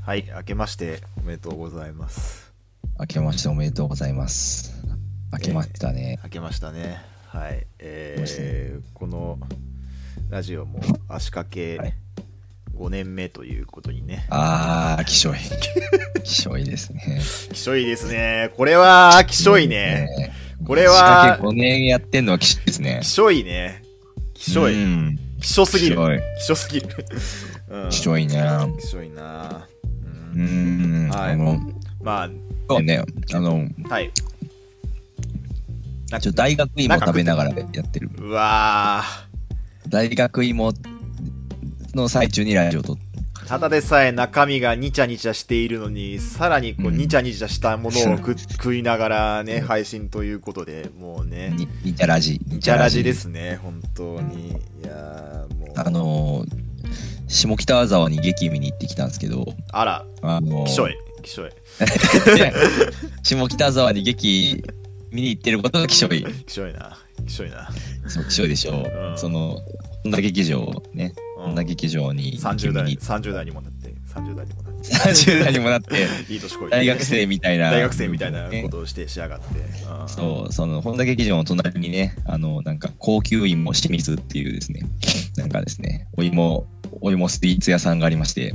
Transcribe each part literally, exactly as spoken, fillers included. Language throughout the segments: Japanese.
はい、明けましておめでとうございます。 明けましておめでとうございます。明けましたね。 えー、明けましたね。はい。えー、 ね、 このラジオも足掛けごねんめということにね。 あー、きしょい。きしょいですね。 きしょいですね。これは、きしょいね。ねこれは、 足掛けごねんやってんのはきしょいですね。 きしょいね。きしょい。きしょすぎる。きしょすぎる。 きしょいな。 きしょいな。 うーん。 はい。 あの、 まあ、 そうね、あの、 はい。 ちょ大学芋食べながらやってる。 うわー。大学芋の最中にラジオと。 ただでさえ中身がニチャニチャしているのに、さらにこう、うん、ニチャニチャしたものを食食いながらね、配信ということで、もうね。 ニニチャラジ。 ニチャラジですね、本当に。いやー、もう。 あのー、下北沢に劇見に行ってきたんですけど。 あら、 あのー、 きしょい、きしょい。 下北沢に劇見に行ってることがきしょい。 きしょいな、きしょいな。 そう、きしょいでしょう。うん、その、本田劇場ね。本田劇場にさんじゅう代さんじゅう代にもなってさんじゅう代にもなってさんじゅう代にもなっていい年こい大学生みたいな大学生みたいなことをしてしやがって、 そうその本田劇場の隣にねあのなんか高級芋清水っていうですねなんかですねお芋お芋スイーツ屋さんがありまして、うん、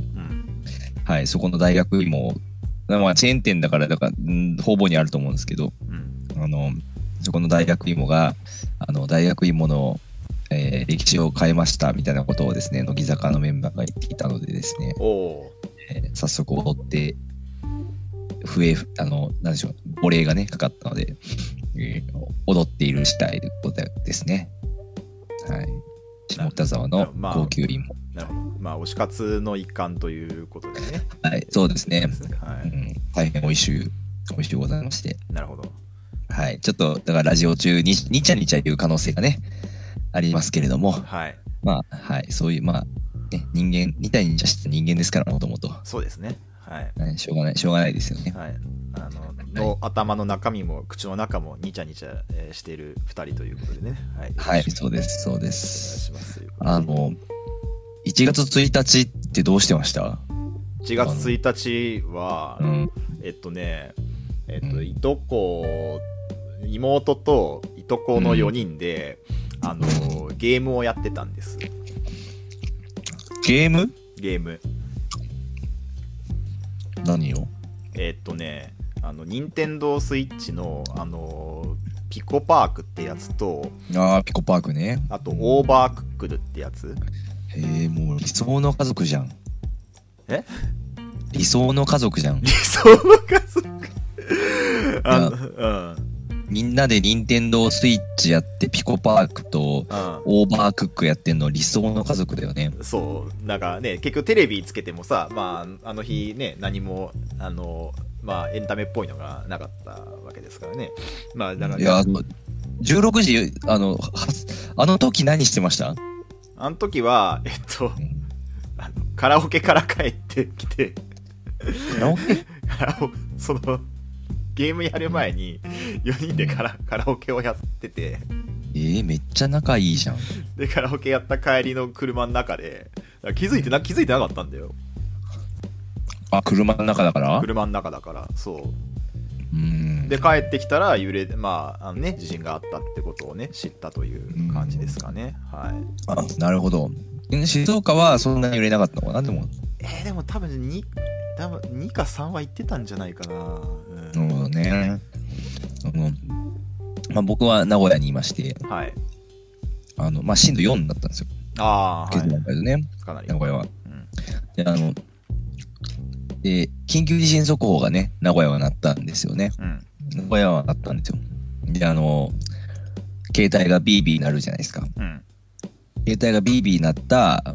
はいそこの大学芋まあチェーン店だからだから方々にあると思うんですけど、うん、あのそこの大学芋があの大学芋のえー、歴史を変えましたみたいなことをですね乃木坂のメンバーが言っていたのでですね、 おえー、早速踊って笛あの何でしょうお礼がねかかったので、えー、踊っている次第ですね。はい。下北沢の高級芋。 なるほど。まあ推し活の一環ということでね。 はい、そうですね。はい、うん、大変美味しい美味しいございまして。 なるほど。 はい。ちょっとだからラジオ中ににちゃにちゃ言う可能性がね。ありますけれども、 はい、 まあ、はい、そういう、まあ、ね、人間、に対にした人間ですから、もともと。 そうですね。はい。 はい、しょうがない、しょうがないですよね。 はい。あの、の、はい、頭の中身も、口の中も、にちゃにちゃ、えー、しているふたりということでね。 はい、はい、そうです、そうです。お願いします。あの、いちがつついたちってどうしてました？ いち 月ついたちは、うん、えっとね、えっと、うん、いとこ、妹といとこのよにんで、うん、あのゲームをやってたんです。 ゲーム？ ゲーム。 何を？ えー、っとね、あの任天堂スイッチのあのピコパークってやつと、 ああピコパークね。 あとオーバークックルってやつ。 へえ、もう理想の家族じゃん。 え？ 理想の家族じゃん。 理想の家族。あの、うん。 みんなで任天堂スイッチやってピコパークとオーバークックやってんの理想の家族だよね。 そうなんかね結局テレビつけてもさまああの日ね何もあのまあエンタメっぽいのがなかったわけですからね。まあだから、ね、 いやじゅうろくじあのあの時何してました？ あの時はえっと、うん、あのカラオケから帰ってきてカラオケそのゲームやる前によにんでカラ、カラオケをやってて、 えー、めっちゃ仲いいじゃん。 でカラオケやった帰りの車の中で気づいてな気づいてなかったんだよ。 あ、車の中だから？ 車の中だからそう。 うん。 で帰ってきたら揺れまああのね地震があったってことをね知ったという感じですかね。はい。 あ、なるほど。静岡はそんなに揺れなかったのかなでも。 えー、でも多分に多分にかさんは行ってたんじゃないかな。 なるほどね。あの、まあ、僕は名古屋にいまして、 はい。 あの、まあ、震度よんだったんですよ。 ああ、はい。 ね、 かなり。 名古屋は。うん、で、あの、で、緊急地震速報がね、名古屋は鳴ったんですよね。うん、名古屋は鳴ったんですよ。で、あの、携帯がビービー鳴るじゃないですか。うん、携帯がビービー鳴った、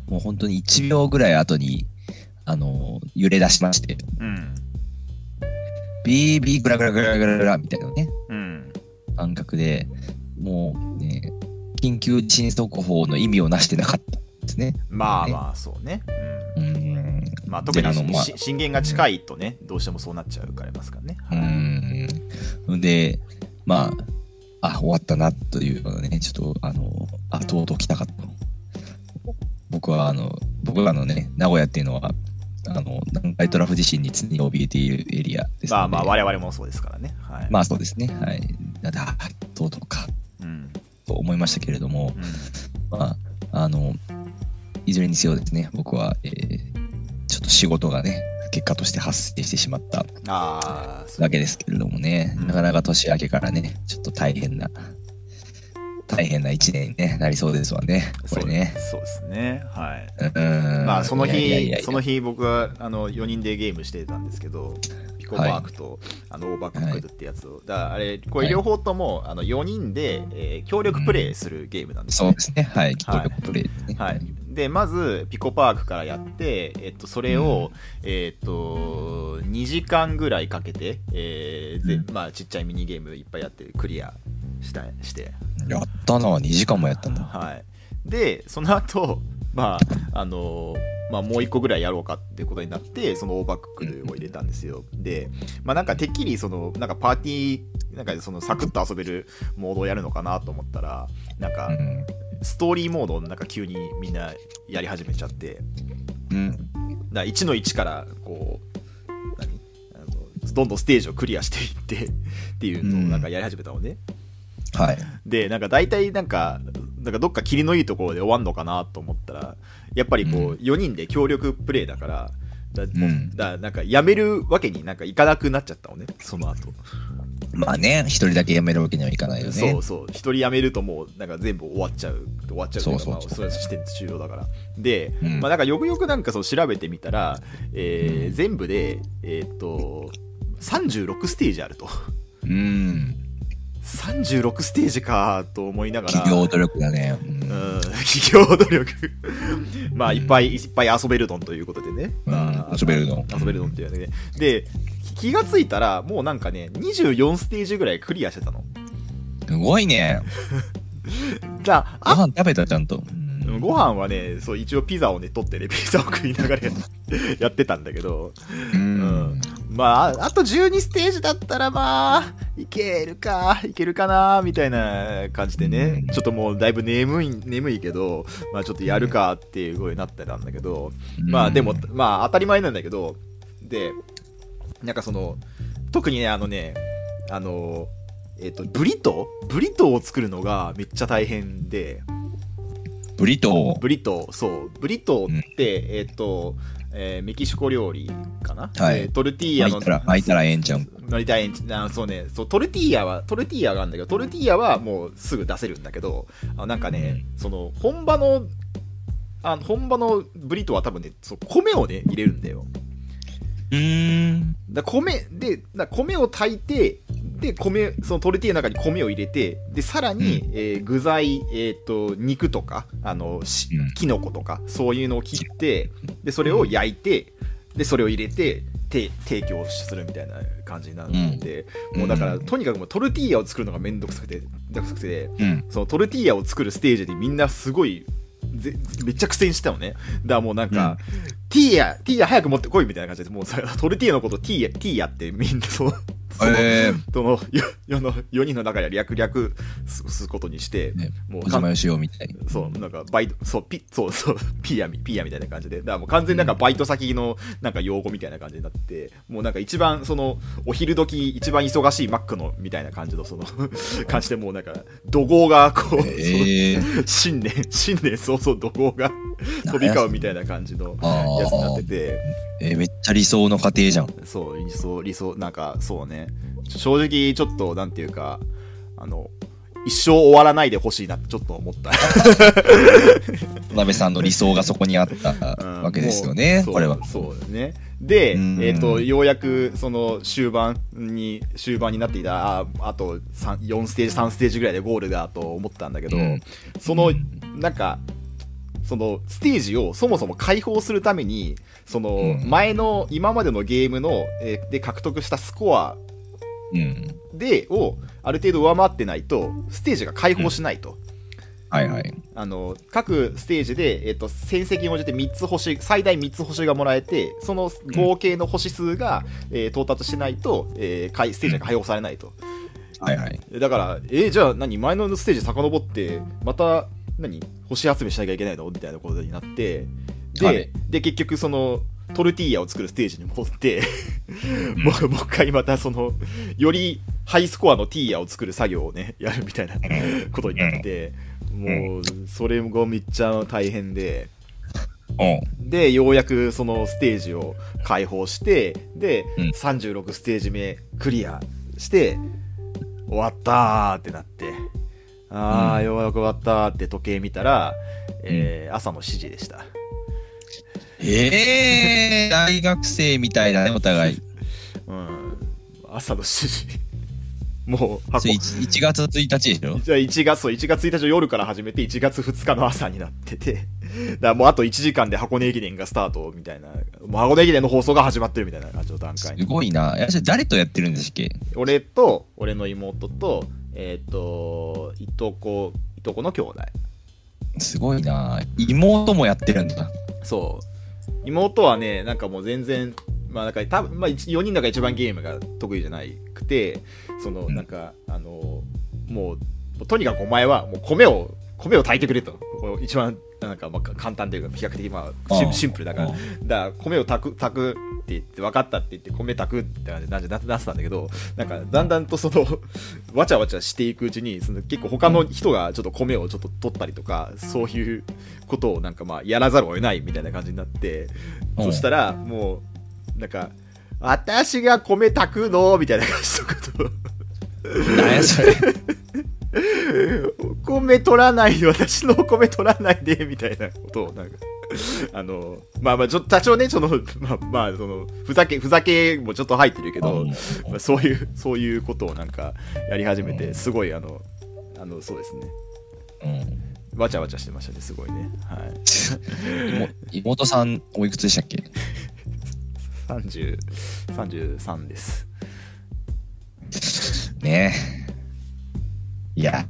もう本当にいちびょうぐらい後に、あの、揺れ出しまして。うんビービーグラグラグラグラグラみたいなね、うん、感覚でもうね緊急地震速報の意味をなしてなかったんですね。 まあまあそうね。うん。うんまあ特にあの、まあ、震源が近いとね、うん、どうしてもそうなっちゃうからますからね。 うん。でまああ終わったなというのねちょっとあのあとうとう来たかった。僕はあの僕らのね名古屋っていうのはあの、南海トラフ地震に常に怯えているエリアですので。 まあまあ、我々もそうですからね。はい、 まあそうですね。はい。だだ、どうとか、うん、と思いましたけれども、うん、まあ、あの、いずれにせよですね、僕は、えー、ちょっと仕事がね、結果として発生してしまったわけですけれどもね、うん、なかなか年明けからね、ちょっと大変な、大変な一年に、ね、なりそうですわね、これね。 そうですね、はい。うん、まあ、その日、いやいやいやいやその日僕はあのよにんでゲームしてたんですけど、ピコパークと、はい、あのオーバークックドってやつを、はい、だからあれ、これ両方とも、はい、あのよにんで、えー、協力プレイするゲームなんですね。 そうですね、はい、協力プレイですね。 はいはい、でまずピコパークからやって、えっと、それを、うん、えっとにじかんぐらいかけて、えーうんまあ、ちっちゃいミニゲームいっぱいやってクリアしたしてやったな、にじかんもやったんだ。 はい、でその後、まああのまあもういっこぐらいやろうかっていうことになってそのオーバークックを入れたんですよ。うん、で、まあ、なんかてっきりそのなんかパーティーなんかそのサクッと遊べるモードをやるのかなと思ったらなんか、うんストーリーモードをなんか急にみんなやり始めちゃって、うん、だからいちのいちからこう何あのどんどんステージをクリアしていってっていうのをなんかやり始めたのね、 うん、はい。 でなんか大体なんかなんかどっか切りのいいところで終わんのかなと思ったらやっぱりこう、うん、よにんで協力プレイだからだ、うん、だなんかやめるわけになんかいかなくなっちゃったのねその後。 まあね、一人だけ辞めるわけにはいかないよね。 そうそう、一人辞めるともうなんか全部終わっちゃう、終わっちゃうというか、そうそうそう、まあ、それ視点終了だから。で、うん、まあなんかよくよくなんかそう調べてみたら、えーうん、全部でえー、っとさんじゅうろくステージあると。うん。さんじゅうろくステージかと思いながら。 企業努力だね。 うん、うん、企業努力。まあいっぱいいっぱい遊べるドンということでね。 うん、 まあ、 遊べるドン。 遊べるドンっていうね。で。気がついたらもうなんかねにじゅうよんステージぐらいクリアしてたの。 すごいね。 じゃあご飯食べたちゃんと。 ご飯はねそう一応ピザをね取ってねピザを食いながらやってたんだけど、うん、うん、まああとじゅうにステージだったらまあいけるかいけるかなみたいな感じでね、ちょっともうだいぶ眠い眠いけどまあちょっとやるかっていう風になってたんだけど、まあでもまあ当たり前なんだけどでなんかその特にねあのねあのえっとブリトーブリトーを作るのがめっちゃ大変で。 ブリトーブリトーそうブリトーって、うん、えっと、えー、メキシコ料理かな、 はい、 えー、トルティーヤの巻いたらええんちゃう巻いたらええんちゃうそうねそうトルティーヤはトルティーヤがあるんだけどトルティーヤはもうすぐ出せるんだけどあなんかね、うん、その本場のあ本場のブリトーは多分ねそう米をね入れるんだよ。 うーんだ米でだ米を炊いてで米そのトルティーヤの中に米を入れてでさらに、うんえー、具材、えー、と肉とかあのし、うん、キノコとかそういうのを切ってでそれを焼いてでそれを入れてて提供するみたいな感じになるので、うん、もうだから、うん、とにかくもうトルティーヤを作るのがめんどくさくてめんどくさくて、うん、そのトルティーヤを作るステージでみんなすごいぜめっちゃ苦戦してたのね。だからもうなんか、うん、ティーヤティーヤ早く持ってこいみたいな感じでもうさトルティーヤのことティーヤティーヤってみんなそうその、えー、その よ, のよにんの中で略略することにして、 ね、もうお邪魔よしようみたいな。 そうなんかバイトそうピそうそうピーヤピーヤみたいな感じでだからもう完全になんかバイト先のなんか用語みたいな感じになって、うん、もうなんか一番そのお昼時一番忙しいマックのみたいな感じのその感じでもうなんか怒号がこう、えー、新年新年早々怒号が飛び交うみたいな感じのやつになってて、 えー、めっちゃ理想の家庭じゃん。 そう理想理想なんかそうね正直ちょっとなんていうかあの一生終わらないでほしいなってちょっと思った田辺さんの理想がそこにあったわけですよね、うん、これはそうですね。で、えー、とようやくその終盤に終盤になっていた あ, あとよんステージさんステージぐらいでゴールだと思ったんだけど、うん、そのなんかそのステージをそもそも解放するためにその前の今までのゲームの、えー、で獲得したスコアで、うん、をある程度上回ってないとステージが解放しないと、うん、 はいはい、 あの各ステージで、えー、と戦績に応じてみっつ星最大みっつ星がもらえてその合計の星数が、うんえー、到達しないと、えー、ステージが解放されないと、 うんはいはい、 だからえー、じゃあ何前のステージ遡ってまた何星集めしなきゃいけないのみたいなことになってではい、で結局そのトルティーヤを作るステージに戻ってもうもう一回またそのよりハイスコアのティーヤを作る作業をねやるみたいなことになって、もうそれがめっちゃ大変で、でようやくそのステージを開放して、でさんじゅうろくステージ目クリアして終わったーってなって、あー、ようやく終わったーって時計見たら、えー、朝のしちじでした。 えー、大学生みたいだね、お互い。 うん、朝のしちじ。もう箱いちがつついたちでしょ。 じゃあいちがつ、そういちがつついたちの夜から始めていちがつふつかの朝になってて、だからもうあといちじかんで箱根駅伝がスタートみたいな、もう箱根駅伝の放送が始まってるみたいな感じの段階。 すごいな。誰とやってるんですっけ？ 俺と俺の妹とえっ、ー、といとこいとこの兄弟。 すごいな。妹もやってるんだ。 そう。妹はね、なんかもう全然、まあなんか多分、まあよにんの中一番ゲームが得意じゃないくて、そのなんか、うん、あのもうとにかくお前はもう米を米を炊いてくれと、一番なんかまあ簡単というか比較的まあシン、シンプルだから、だから米を炊く炊くって言って分かったって言って米炊くって感じでなってなってたんだけど、なんかだんだんとそのわちゃわちゃしていくうちに、その結構他の人がちょっと米をちょっと取ったりとか、そういうことをなんかまあやらざるを得ないみたいな感じになって、そしたらもうなんか私が米炊くのみたいな感じのことを何やそれお米取らないで、私のお米取らないでみたいなことをなんかあのまあまあちょっと多少ね、そのまあまあそのふざけふざけもちょっと入ってるけど、まあ、そういうそういうことをなんかやり始めて、すごいあのあのそうですね、うん、わちゃわちゃしてましたね、すごいね。はい。 妹さんおいくつでしたっけ？ さんじゅう、さんじゅうさんです。 ねえ。いや。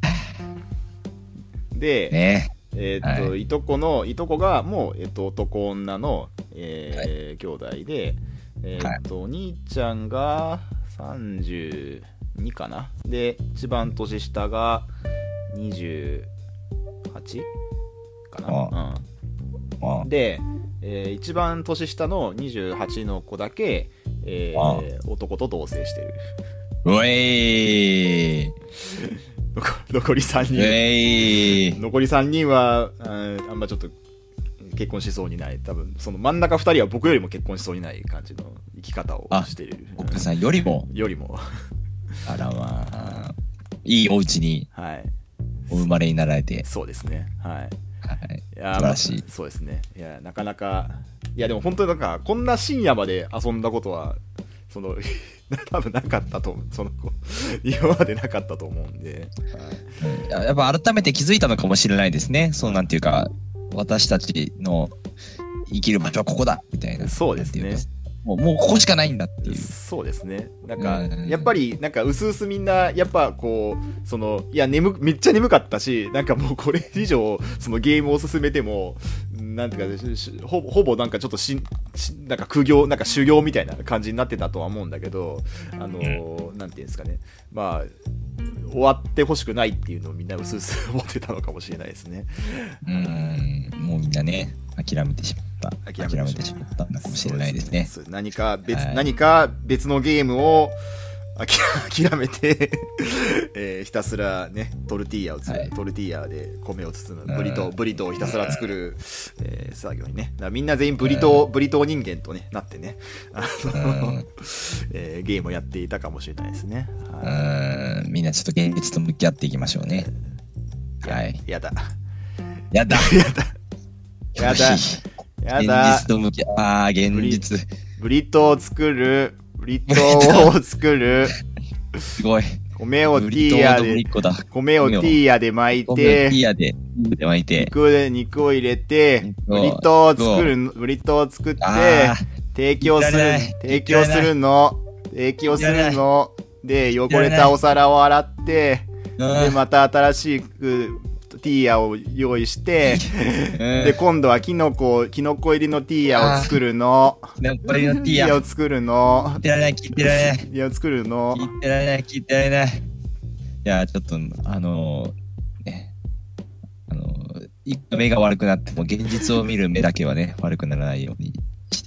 で、 ねえー、っと、はい、いとこの、いとこがもう、えー、っと、男女の、えーはい、兄弟で、えー、っと、はい、お兄ちゃんがさんじゅうにかな。で、一番年下がにじゅうはちかな。ああうん、で、えー、一番年下のにじゅうはちの子だけ、えー、男と同棲してる。 うえー残りさんにん、 うえー、 残りさんにんは あ, あんまちょっと結婚しそうにない。多分その真ん中ふたりは僕よりも結婚しそうにない感じの生き方をしている。 奥さんよりもよりもあらまあいいお家にお生まれになられて、はい、 そうですね。はい、はい、 いや素晴らしい、 まあ、そうですね。いやなかなか、いやでも本当になんかこんな深夜まで遊んだことはその多分なかったと思う。その子今までなかったと思うんで、 はい、やっぱ改めて気づいたのかもしれないですね。そうなんていうか私たちの生きる場所はここだみたいな。 そうですね。 もう、もうここしかないんだっていう。 そうですね。なんか、やっぱりなんかうすうすみんなやっぱこうそのいや眠めっちゃ眠かったし、なんかもうこれ以上そのゲームを進めてもなんていうかほぼほぼなんかちょっとしなんか苦行なんか修行みたいな感じになってたとは思うんだけど、あのー、なんていうんですかね、まあ終わってほしくないっていうのをみんなうすうす思ってたのかもしれないですね。 うーん、もうみんなね諦めてしまった諦めてしまったのかもしれないですね。 そうですね。何か別、はい、何か別のゲームを諦めて、えー、ひたすらねトルティーヤを作る、はい、トルティーヤで米を包むブリトーブリトーをひたすら作る、えー、作業にね、だからみんな全員ブリトーブリトー人間と、ね、なってねあの、えー、ゲームをやっていたかもしれないですね。 はい、うんみんなちょっと現実と向き合っていきましょうね。はい。 やだやだやだやだやだ現実と向き合ああ現実ブリトーを作るブリトーを作るすごい米をティーヤで米をティーヤで巻いてティーヤで巻いて肉で肉を入れてブリトーを作るブリトーを作って提供する提供するの提供するので汚れたお皿を洗ってでまた新しくティーヤを用意して、うん、で今度はキノコキノコ入りのティーヤを作るの。 キノコ入りのティーヤを作るの。 聞いてられない聞いてられない。ティーヤを作るの。 聞いてられない聞いてられない。いやちょっとあのー、ねあのー、目が悪くなっても現実を見る目だけはね悪くならないようにして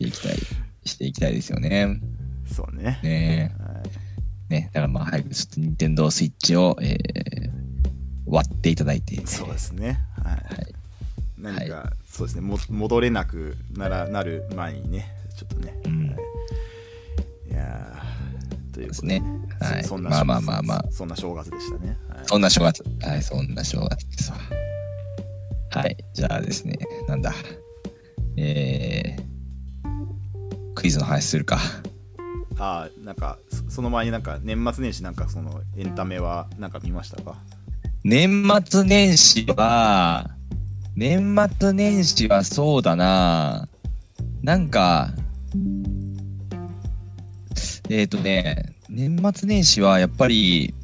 していきたい、していきたいですよね。 そうね。 ねえ。 はい、 ね、だからまあ早くちょっと任天堂スイッチを、えー、割っていただいて。 そうですね。はい。はい、何か、はい、そうですね、も戻れなくならなる前にね、ちょっとね。うん、はい、いやー、ということでね。はい。そんなまあまあまあまあ。そんな正月でしたね。はい、 そんな正月。はい、そんな正月ですわ。はい。じゃあですね、なんだ。えー、クイズの話するか。 ああ、なんかその前になんか年末年始なんかそのエンタメはなんか見ましたか？ 年末年始は年末年始はそうだな、なんかえっとね年末年始はやっぱり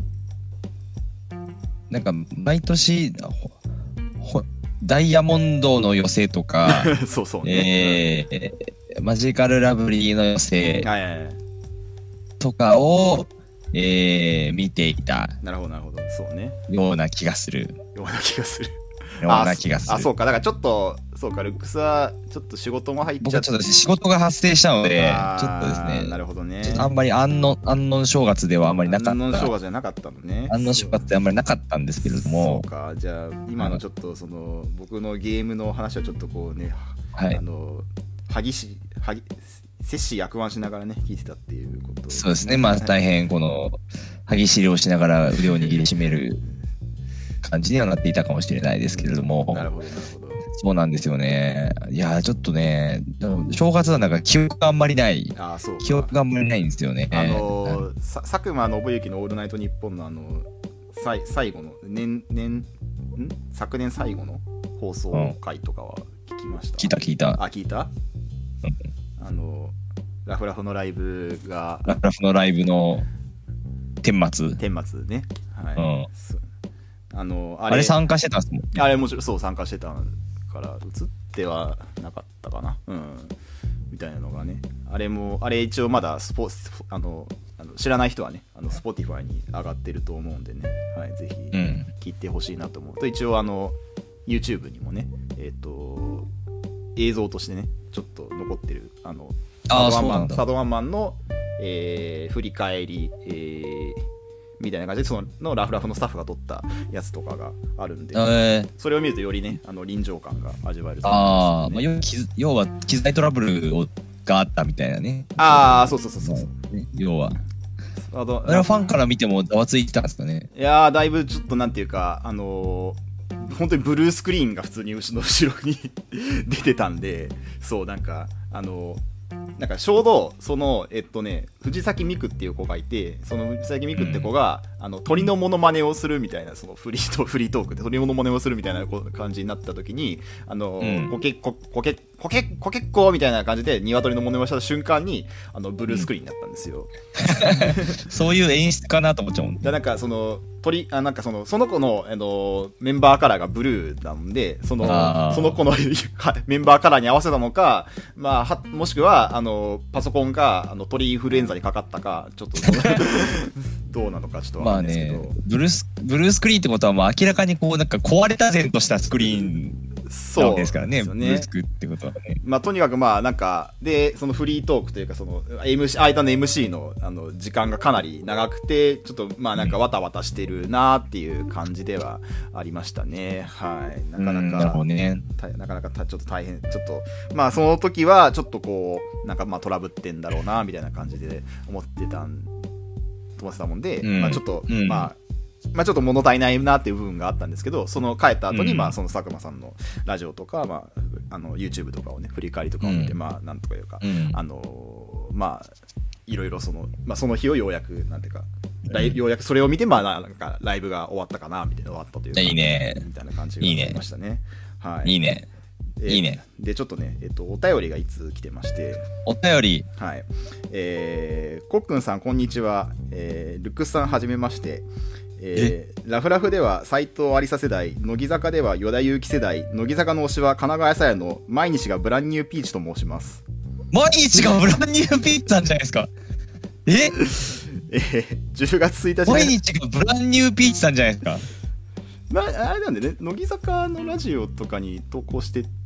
なんか毎年ほダイヤモンドの寄せとかそうそうね、 えー、マジカルラブリーの寄せとかを、えー、見ていた。 なるほどなるほど、そうね。 ような気がする。 ような気がする。 ような気がする。 あ、そうか。だからちょっとそうか、ルックスはちょっと仕事も入っちゃって。 僕はちょっと仕事が発生したので、ちょっとですね。 なるほどね。 ちょっとあんまり安納安納正月ではあんまりなかった。安納正月じゃなかったのね。 安納正月ってあんまりなかったんですけれども。 そうか。じゃあ今のちょっとその僕のゲームの話はちょっとこうね、 はい、 あの歯ぎし歯ぎ摂氏役腕しながらね聞いてたっていうこと、ね、 そうですね。まあ大変この歯ぎしりをしながら腕を握りしめる感じにはなっていたかもしれないですけれども。 なるほどなるほど。 そうなんですよね。いやちょっとね、正月はなんか記憶があんまりない。 あ、そうか。 記憶があんまりないんですよね。 あのー、佐久間信行のオールナイトニッポンのあの最最後の年年ん昨年最後の放送回とかは聞きました。 聞いた聞いた。 あ、聞いた。あのラフラフのライブがラフラフのライブの顛末顛末ね、はい、うん、あのあれあれ参加してたんですもん。 あれもちろんそう参加してたから映ってはなかったかな、うん、みたいなのがね、あれもあれ一応まだスポあのあの知らない人はね、あの Spotify に上がってると思うんでね、はい、ぜひ聞いてほしいなと思うと、うん、一応あの YouTube にもね、えっと映像としてねちょっと残ってるあのサドワンマン、サドワンマンの、えー、振り返り、えー、みたいな感じでそののラフラフのスタッフが撮ったやつとかがあるんで、えー、それを見るとよりねあの臨場感が味わえると思います、ね。あ、まあ、要は機材トラブルをがあったみたいなね。 ああ、そうそうそうそう、 ね、要はあれはファンから見てもざわついてたんですかね。 いやーだいぶちょっとなんていうかあのー本当にブルースクリーンが普通に後ろに出てたんで、そうなんかあのなんかちょうどそのえっとね藤崎美久っていう子がいて、その藤崎美久って子が、うん、あの鳥のモノマネをするみたいな、そのフリートフリートークで鳥のモノマネをするみたいな感じになった時に、あの、うん、コケココケコケコケッコーみたいな感じで鶏のモノマネをした瞬間にあのブルースクリーンになったんですよ。 うん、そういう演出かなと思っちゃうもん。 だなんかその鳥あなんかそのその子の、あのメンバーカラーがブルーなんで、そのその子のメンバーカラーに合わせたのか、まあはもしくはあのパソコンがあの鳥インフルエンザにかかったか、ちょっとどうなのかちょっとわかんないですけど、まあね、 ブルースブルースクリーンってことはもう明らかにこうなんか壊れた前としたスクリーンなわけですからね。ブルースクってことはね。 まあとにかくまあなんかでそのフリートークというかその エムシー 間の エムシー のあの時間がかなり長くて、ちょっとまあなんかわたわたしてるなっていう感じではありましたね。はい。なかなか、 なるほどね、 なかなかちょっと大変、ちょっとまあその時はちょっとこうなんかまあトラブってんだろうなみたいな感じで思ってたん思ってたもんで、うん、まあちょっと、うん、まあまあ、ちょっと物足りないなっていう部分があったんですけど、その帰った後に、まあその佐久間さんのラジオとか、まあ、あの YouTube とかをね振り返りとかを見て、まあなんとかいうか、あのまあいろいろその、まあ、その日をようやくなんていうか、ようやくそれを見て、まあなんかライブが終わったかなみたいな終わったというか、 いいねみたいな感じがありましたね。はい。 いいね。いいね。 でちょっとね、えっとお便りがいつ来てまして、 お便り、 はい、えー、コックンさんこんにちは、えー、ルックスさんはじめまして。えー、ラフラフでは斉藤有沙世代、乃木坂では与田祐希世代、乃木坂の推しは神奈川紗耶の毎日がブランニューピーチと申します。 毎日がブランニューピーチなんじゃないですか。ええー、じゅうがつついたち毎日がブランニューピーチさんじゃないですか。 まあ、あれなんでね、乃木坂のラジオとかに投稿して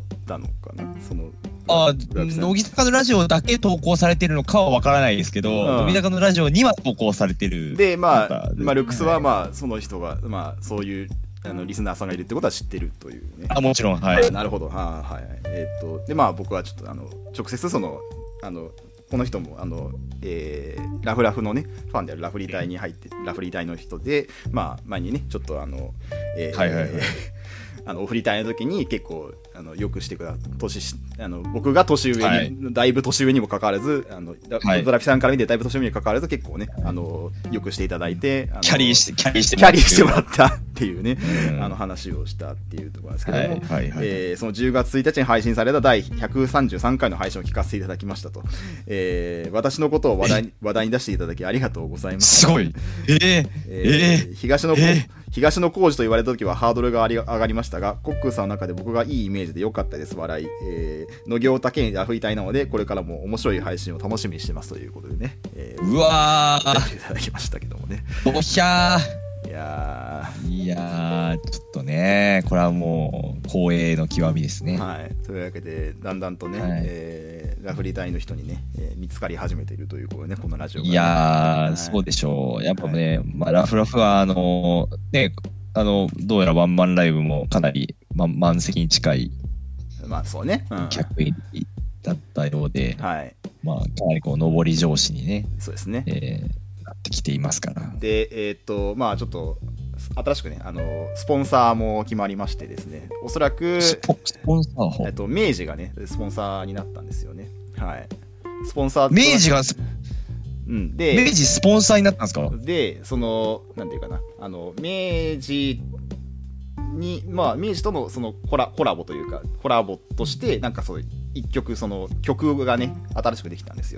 たのかな、その。 ああ、乃木坂のラジオだけ投稿されてるのかはわからないですけど、うん、乃木坂のラジオには投稿されてる。 で、まあ、まあ、ルックスは、まあ、その人が、まあ、そういう、あの、リスナーさんがいるってことは知ってるというね。 あ、もちろん、はい。 なるほど。ははい。えー、っと、で、まあ、僕はちょっと、あの、直接その、あの、この人も、あの、えー、ラフラフのね、ファンであるラフリー隊に入って、ラフリー隊の人で、まあ、前にね、ちょっとあの、えー、はいはいはい。あのオフリタイの時に結構あのよくしてくだ年しあの僕が年上に、はい、だいぶ年上にもかかわらずあの、はい、ドラピさんから見てだいぶ年上にもかかわらず結構ねあのよくしていただいてあのキャリーしてキャリーしてキャリーしてもらったっていうね、うん、あの話をしたっていうところなんですけども、はいはいはい、えー、そのじゅうがつついたちに配信された第ひゃくさんじゅうさんかいの配信を聞かせていただきましたと、えー、私のことを話題話題に出していただきありがとうございます。 すごい。えー、えー、 えー、東の、えー東野幸治と言われた時はハードルが上がりましたが、コックーさんの中で僕がいいイメージで良かったです。笑い。えー、野行竹にラフリタイなので、これからも面白い配信を楽しみにしてますということでね。えー、 うわー。 やっていただきましたけどもね。 おひゃー。いやー。いやー、ちょっとね、これはもう光栄の極みですね。 はい。というわけで、だんだんとね、はい、えー、ラフリタイの人にね、えー、見つかり始めているということでね、このラジオが、ね。 いやー、はい、そうでしょう。やっぱね、はい、まあ、ラフラフは、あのー、ね、あの、どうやらワンマンライブもかなり、ま、満席に近い、 まあそうね、うん、 客員だったようで、 はい、 まあ、かなりこう、上り調子にね、 そうですね、 えー、なってきていますから。 で、えー、っと、まあちょっと、新しくね、あの、スポンサーも決まりましてですね、おそらく、 スポ、スポンサーえっと、明治がね、スポンサーになったんですよね。はい。スポンサー明治がス、 うん、で、 明治スポンサーになったんですか？ で、その、なんていうかな、あの、明治に、まあ、明治とのそのコラ、コラボというか、コラボとして、なんかそう、一曲、その、曲がね、新しくできたんですよ。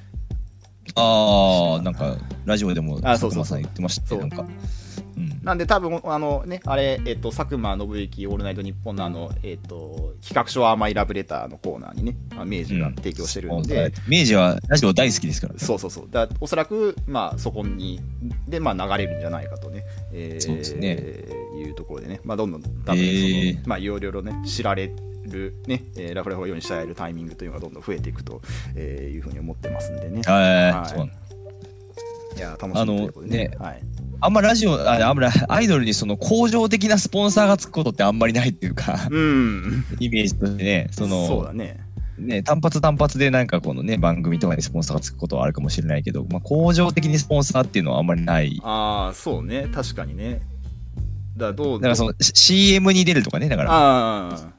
ああ、なんか、ラジオでも、 佐久間さん言ってましたね、なんか。 うん、なんで多分あのねあれえっと佐久間信之オールナイトニッポンのあのえっと企画書甘いラブレターのコーナーにね明治が提供してるんで、うん、 明治はラジオ大好きですから、ね、 そうそうそうだおそらくまあそこにでまあ流れるんじゃないかとね、えー、 そうですねいうところでねまあどんどん多分その、えー、まあいろいろね知られるね、えー、ラフラフが世に伝えるタイミングというのがどんどん増えていくと、えー、いうふうに思ってますんでね。 はい、そう。 いや楽しみということでね。 ねはい。あんまラジオ、ああんまアイドルにその向上的なスポンサーがつくことってあんまりないっていうか、 うん、 イメージとしてね、その、 そうだね。 ね、単発単発でなんかこのね、番組とかにスポンサーがつくことはあるかもしれないけど、まあ、向上的にスポンサーっていうのはあんまりない。 ああ、そうね。確かにね。だからどう、 だからその シーエム に出るとかね、だから。 ああ。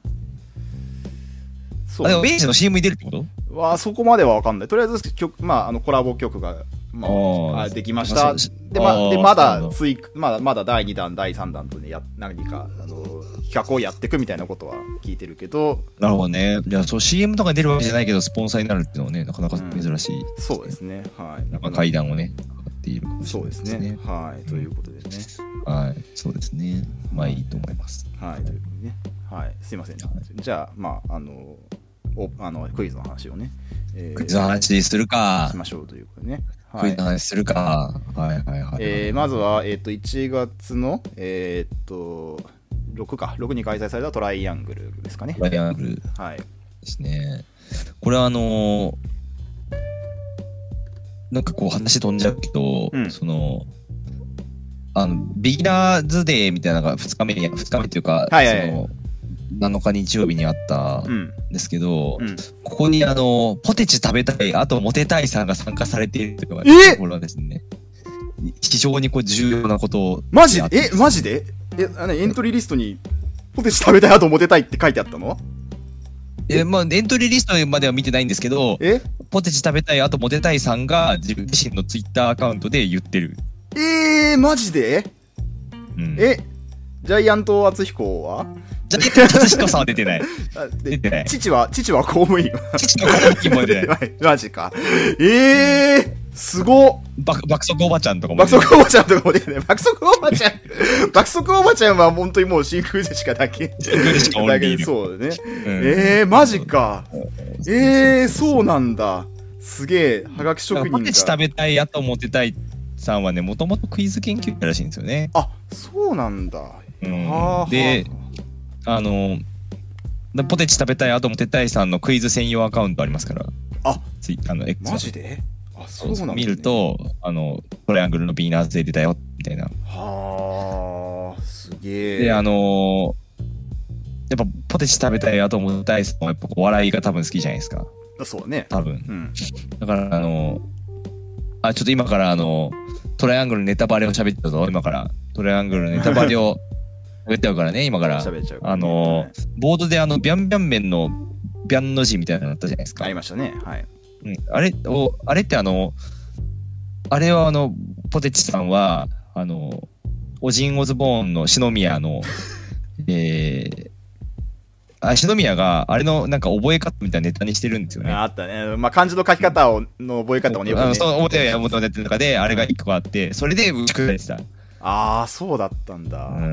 そう。あ、でも、明治の シーエム に出るってことは、そこまでは分かんない。とりあえず曲、まあ、あのコラボ曲が、まあ、あできました。で、ま、でまだ追加、まだまだだいにだん、だいさんだんとね、や何かあの企画をやっていくみたいなことは聞いてるけど。 なるほどね。いや、そう シーエム とか出るわけじゃないけど、スポンサーになるっていうのはね、なかなか珍しい、ねうん。そうですね。はい。 なんか階段をね、上がっているかもしれないですね。そうですね。はい。ということでね。 はい。そうですね。まあいいと思います。 はい。ということでね。はい。すいません、ね。じゃあ、まあ、あの、おあのクイズの話をね。 えー、クイズの話するか。 しましょうということでね。 はい、クイズの話するか。はいはいはい、はい。 えー、まずは、えっ、ー、と、いちがつの、えっ、ー、と、ろくか、ろくに開催されたトライアングルですかね。 トライアングル。 はい。 ですね。これはあのー、なんかこう話飛んじゃうけど、うん、その、あの、ビギナーズデーみたいなのがふつかめに、ふつかめっていうか、はいはいはい、その、なのか日曜日にあったんですけど、うんうん、ここにあのポテチ食べたい、あとモテたいさんが参加されているというのがところはですね、非常にこう重要なことを。 マジでえ、マジでえ、あのエントリーリストにポテチ食べたい、あとモテたいって書いてあったの？ え、まあ、エントリーリストまでは見てないんですけど、えポテチ食べたい、あとモテたいさんが自分自身のツイッターアカウントで言ってる。 えー、マジで、うん、え、ジャイアント厚彦はジャイアント厚彦さんは出てない。 出てない。父は、父は公務員。 父の公務員も出てない。 マジか。ええー、すごっ。 爆速おばちゃんとかも爆速おばちゃんとかも出てない。爆速おばちゃん。爆速おばちゃんは本当にもう真空でしかだけ。 真空でしかオンリーで。 そうだね。うん、ええー、マジか。ええー、そうなんだ。すげえ、はがき職人が。 ポテチ食べたい、あとモテたいさんはね、もともとクイズ研究者らしいんですよね。 あ、そうなんだ。 うん、で、あの、 ポテチ食べたいあともてたいさんのクイズ専用アカウントありますから。 あ、 ツイあの X マジで？あ、そうなんだ、ね。 見ると、あの、トライアングルのビーナーズで出たよ、みたいな。 はあ、すげえ。 で、あのー、やっぱポテチ食べたいあともてたいさんはやっぱお笑いが多分好きじゃないですか。 そうね。 多分。 うん。 だから、あのー、あ、ちょっと今からあの、トライアングルネタバレを喋ってたぞ、今から。トライアングルネタバレを喋ってるからね、今から。 喋っちゃう、 あのー、ボードであの、ビャンビャン麺のビャンの字みたいなのあったじゃないですか。 ありましたね。はい。 うん、あれを、あれってあの、あれはあの、ポテチさんは、あの、オジン・オズボーンの篠宮の、えー、あ、篠宮が、あれのなんか覚え方みたいなネタにしてるんですよね。 あったね。まあ、漢字の書き方を、の覚え方をね、よくね。 そう、覚えてや元のネタの中で、あれが一個あって、それで打ち砕いてた。 ああ、そうだったんだ。 うん、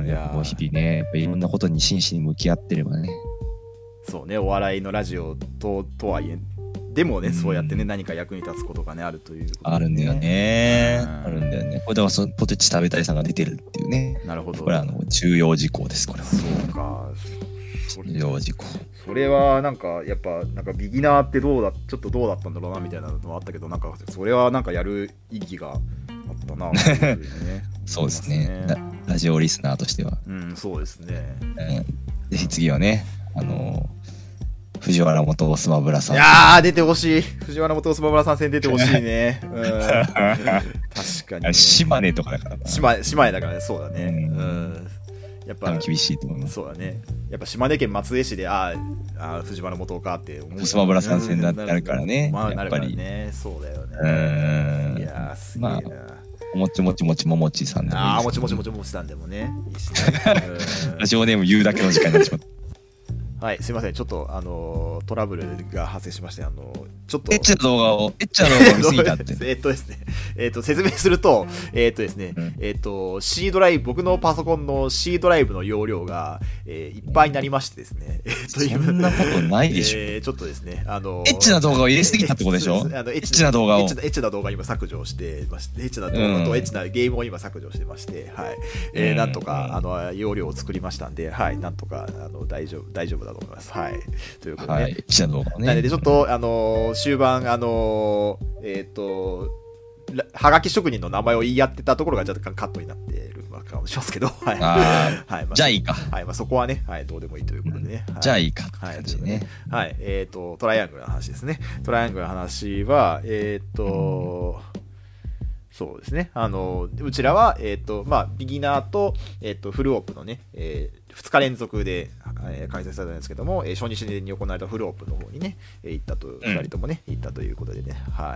やっぱ日々ね、やっぱいろんなことに真摯に向き合ってればね。 そうね、お笑いのラジオと、とはいえ、でもね、うん、そうやってね、何か役に立つことがね、あるという、ね、 あるんだよね、うん。あるんだよね。これではそのポテチ食べたいさんが出てるっていうね。 なるほど。 これはあの重要事項です、これは。 そうか。 重要事項。 それはなんか、やっぱ、なんかビギナーってどうだ、ちょっとどうだったんだろうなみたいなのはあったけど、なんか、それはなんかやる意義があったな、ね、 そうですねラ。ラジオリスナーとしては。 うん、そうですね。 うん、ぜひ次はね、あのー、藤原元スマブラさん。 いやー、出てほしい。藤原元スマブラさん戦出てほしいね。うん、確かに、ね。 島根とかだからな。 島根、島根だからね、そうだね。うん。うんやっぱ厳しいと思います。 そうだね。やっぱ島根県松江市で、ああ、藤原元かって思う。 スマブラ参戦だってなるからね。 まあ、なるからね。そうだよね。うん。いやー、すげえな。まあおもちもちもちももちさんでもいい、 ね。ああ、もちもちもちもちさんでもね。いいしね。 ラジオネーム言うだけの時間になってしまった。 はい、すいません。ちょっと、あのー、トラブルが発生しまして、あのー、ちょっと。 エッチな動画を、エッチな動画を見すぎたって。 えっとですね、えっと、説明すると、えっとですね、うん、えっと、C ドライブ、僕のパソコンの C ドライブの容量が、えー、いっぱいになりましてですね、えっと、 そんなことないでしょ。 えー、ちょっとですね、あのー、 エッチな動画を入れすぎたってことでしょ。あのエッチな動画を。エッチな、 エッチな動画を今削除してまして、エッチな動画とエッチなゲームを今削除してまして、はい。えー、うん、なんとか、あの、容量を作りましたんで、はい、なんとか、あの、大丈夫、大丈夫だと思います。はい。ということで、ね、はい、 記者のね。 なので、ちょっと、あのー、終盤、あのー、えっ、ー、と、はがき職人の名前を言い合ってたところが若干カットになっているかもしれませんけど、はい。 あはいまあ、じゃあいいか。 はい、まあ、そこはね、はい、どうでもいいということでね。 うんはい、じゃあいいか。はい、ね、 はい、えっ、ー、と、トライアングルの話ですね。トライアングルの話は、えっ、ー、と、うんそうですね。あの、うちらは、えっ、ー、と、まあ、ビギナーと、えっ、ー、と、フルオープのね、えー、ふつか連続で、えー、開催されたんですけども、えー、初日に行われたフルオープの方にね、えー、行ったと、ふたりともね、行ったということでね、はい。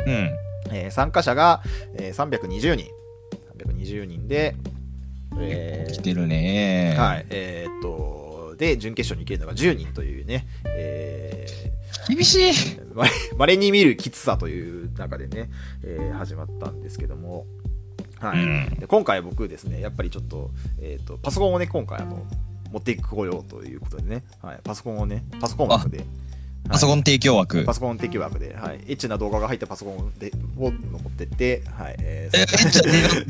うん。 えー、参加者が、えー、さんびゃくにじゅうにん。さんびゃくにじゅうにんで、 えー、来てるねー。 はい。えー、っと、で、準決勝に行けるのがじゅうにんというね、えー、 厳しいまれに見るきつさという中でね、えー、始まったんですけども、はい、うん、で今回僕ですねやっぱりちょっと、えー、とパソコンをね今回あの持っていこようということでね、はい、パソコンをねパソコン枠で、はい、 パソコン提供枠パソコン提供枠で、はい、エッチな動画が入ったパソコンでを持ってって、はいえー、エッチな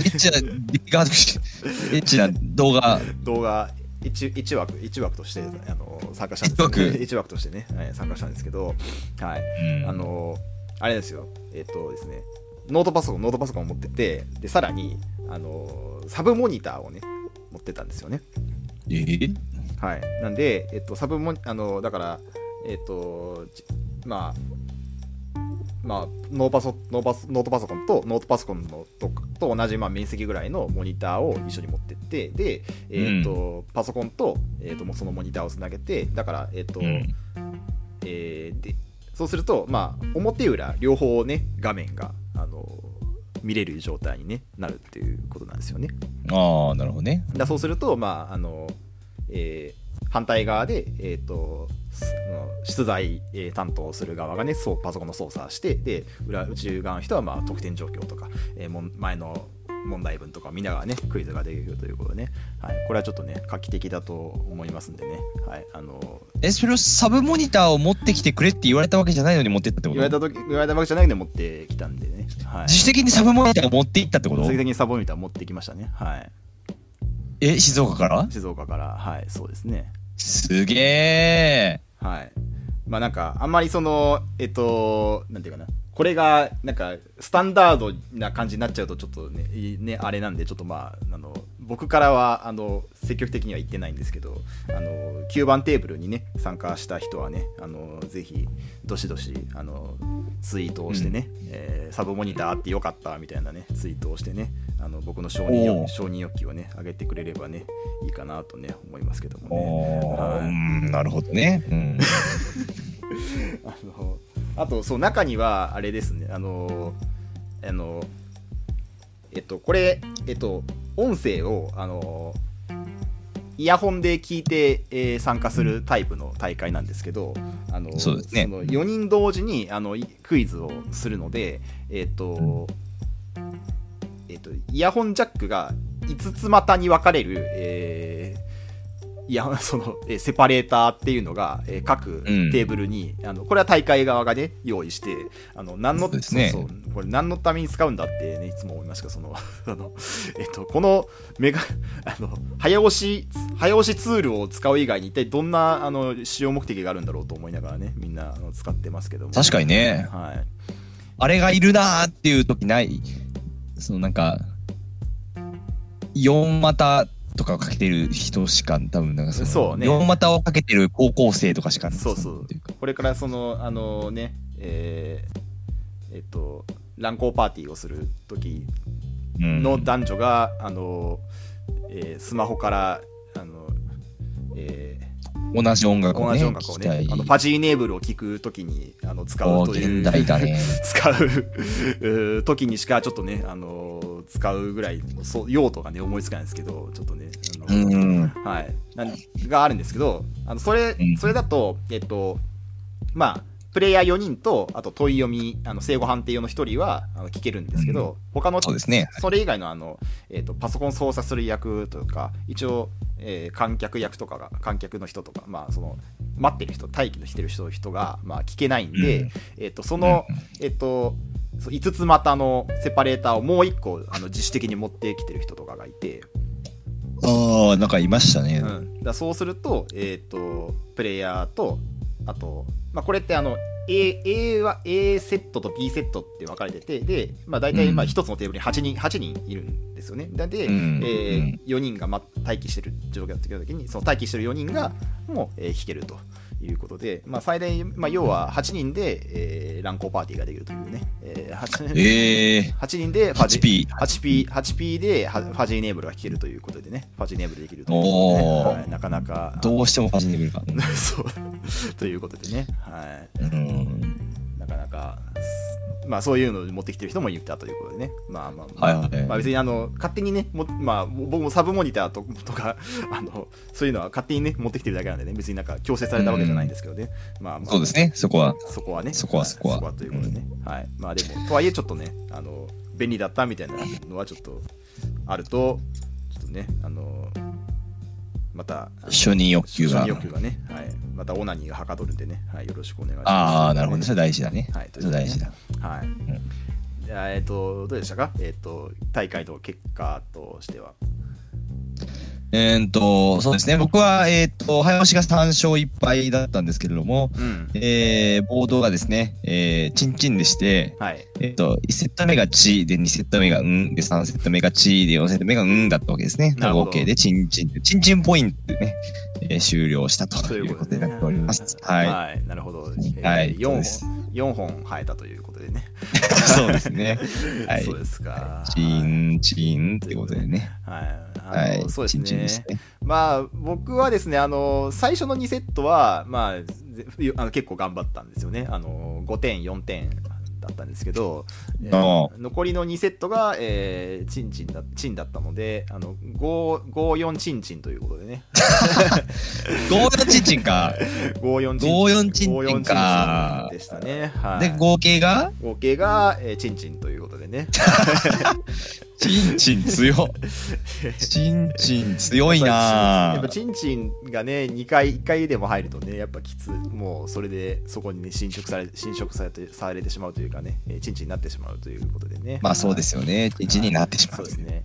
エッチな動画動画1, 1枠一枠としてあの参加したんですけど、ね、いち枠としてね、はい、参加したんですけど、はい、うん、あのあれですよ、えっ、ー、とですね、ノートパソコンノートパソコンを持ってて、でさらにあのサブモニターをね持ってたんですよね。 えー、 はい、なんでえっ、ー、とサブモニあのだからえっ、ー、とまあまあ、ノーパソノーパソノートパソコンとノートパソコンの と, と同じまあ面積ぐらいのモニターを一緒に持ってってで、えーとうん、パソコンと、えー、とそのモニターをつなげてだからえっ、ー、と、うんえー、でそうするとまあ表裏両方ね画面があの見れる状態に、ね、なるっていうことなんですよね。 ああなるほどね。 だそうするとまああの、えー反対側で、えー、と出題、えー、担当する側がねそうパソコンの操作してで 裏, 内側の人はまあ得点状況とか、えー、も前の問題文とか見ながらねクイズができるということでね、はい、これはちょっとね画期的だと思いますんでね、はい、あのえそれをサブモニターを持ってきてくれって言われたわけじゃないのに持ってったってこと？ 言われた時言われたわけじゃないのに持ってきたんでね、はい、 自主的にサブモニターを持っていったってこと？ 自主的にサブモニターを持ってきましたね。はい。 え静岡から？ 静岡からはいそうですね。 すげえ。 はい。まあなんか、あんまりその、えっと、なんていうかな。これが、なんか、スタンダードな感じになっちゃうと、ちょっとね、ね、あれなんで、ちょっとまあ、あの、僕からは、あの、積極的には言ってないんですけど、あの、きゅうばんテーブルにね、参加した人はね、あの、ぜひ、どしどし、あの、ツイートをしてね、うんえー、サブモニターあってよかった、みたいなね、ツイートをしてね、あの、僕の承認欲承認欲求をね、上げてくれればね、いいかなとね、思いますけどもね。 はい、うん、なるほどね。うん、 あの、あと、そう、中には、あれですね、あの、あの、えっと、これ、えっと、音声を、あの、イヤホンで聞いて、えー、参加するタイプの大会なんですけど、あの、 そうですね、 そのよにん同時にあのクイズをするので、えっと、えっと、イヤホンジャックがいつつ股に分かれる、えーいや、その、えセパレーターっていうのが、え各テーブルに、うん、あの、これは大会側がね、用意して、あの、何の、そうですね、そうそう、これ何のために使うんだってね、いつも思いますけど、その、あの、えっと、このメガ、あの、早押し、早押しツールを使う以外に一体どんな、あの、使用目的があるんだろうと思いながらね、みんなあの使ってますけども。 確かにね。はい。あれがいるなーっていう時ない、そのなんか、よん股、とかをかけてる人しか多分なんかそのそうねよん股をかけてる高校生とかしかそうそうこれからそのあのねえー、えっと乱交パーティーをする時の男女が、うん、あの、えー、スマホからあの、えー同じ音楽をね、 同じ音楽をねあのファジーネーブルを聴くときにあの使うという現代だね使う時にしかちょっとねあの使うぐらいそう用途がね思いつかないんですけどちょっとねあの、うんはいなんがあるんですけどあのそれそれだとえっとまあプレイヤーよにんとあと問い読みあの正誤判定用のひとりはあの聞けるんですけど、うん、他のそうですね、 それ以外のあの、えーと、パソコン操作する役とか一応、えー、観客役とかが観客の人とか、まあ、その待ってる人待機のしてる人人が、まあ、聞けないんで、うんえー、とその、えー、といつつ股のセパレーターをもういっこあの自主的に持ってきてる人とかがいてああなんかいましたね、 うん、だそうすると,、えー、とプレイヤーとあとまあ、これってあの A, A は A セットと B セットって分かれててで、まあ、大体まあひとつのテーブルにはちにん、はちにんいるんですよねで、うんえー、よにんが、ま、待機してる状況だった時にその待機してるよにんがもう、えー、引けるということで、まあ、最大、まあ、要ははちにんで、えー、乱交パーティーができるというね、えー 8, えー、 はちにんでファジはちピーはちピー はちピー でファジーネーブルが引けるということでねファジーネーブルできるということで、ねはい、なかなかどうしてもファジーネーブルかそうということでね、はい、 うんなかなかまあそういうのを持ってきてる人もいたということでねまあまあまあ、はいはいまあ、別にあの勝手にねも、まあ、僕もサブモニターととかあのそういうのは勝手にね持ってきてるだけなんでね別になんか強制されたわけじゃないんですけどね、うんまあまあ、 そうですねそこはそこはねそこはそこは、 はい、そこはということでね、うん、はいまあでもとはいえちょっとねあの便利だったみたいなのはちょっとあるとちょっとねあのまた承認欲求が承認欲求がね、はい、またオナニーがはかどるんでね、はい、よろしくお願いします。 ああ、なるほど、それ大事だね。 はい、 それ大事だ。 はい。うん、じゃあえっ、ー、とどうでしたか？えっ、ー、と大会の結果としては。 えー、っと、そうですね。僕は、えー、っと、早押しがさん勝いっ敗だったんですけれども、うん、えー、ボードがですね、えー、チンチンでして、はい、えー、っと、いちセット目がチで、にセット目がんで、さんセット目がチで、よんセット目がんだったわけですね。合計でチンチンで、チンチンポイントでね、えー、終了したということになっております。はい、はい。 なるほど。 えー、はい。 よんほん、よんほん生えたということでね。 そうですね。はい。 そうですか。 チンチンってことでね。 はい。はい、そうですね。チンチンですね。まあ僕はですね、あの最初のにセットはまああの結構頑張ったんですよね。あのごてんよんてんだったんですけど、えー、残りのにセットが、えー、チンチンだチンだったので、あのごーよんチンチンということでね。 ごーよんチンチンか。 ごーよんチンチンか。でしたね。はい。 で合計が合計が、えー、チンチンということでね。 チンチン強チンチン強いなやっぱチンチンがねにかいいっかいでも入るとねやっぱきつもうそれでそこにね侵食され侵食されてされてしまうというかねチンチンになってしまうということでねまあそうですよねチンチンになってしまうそうですね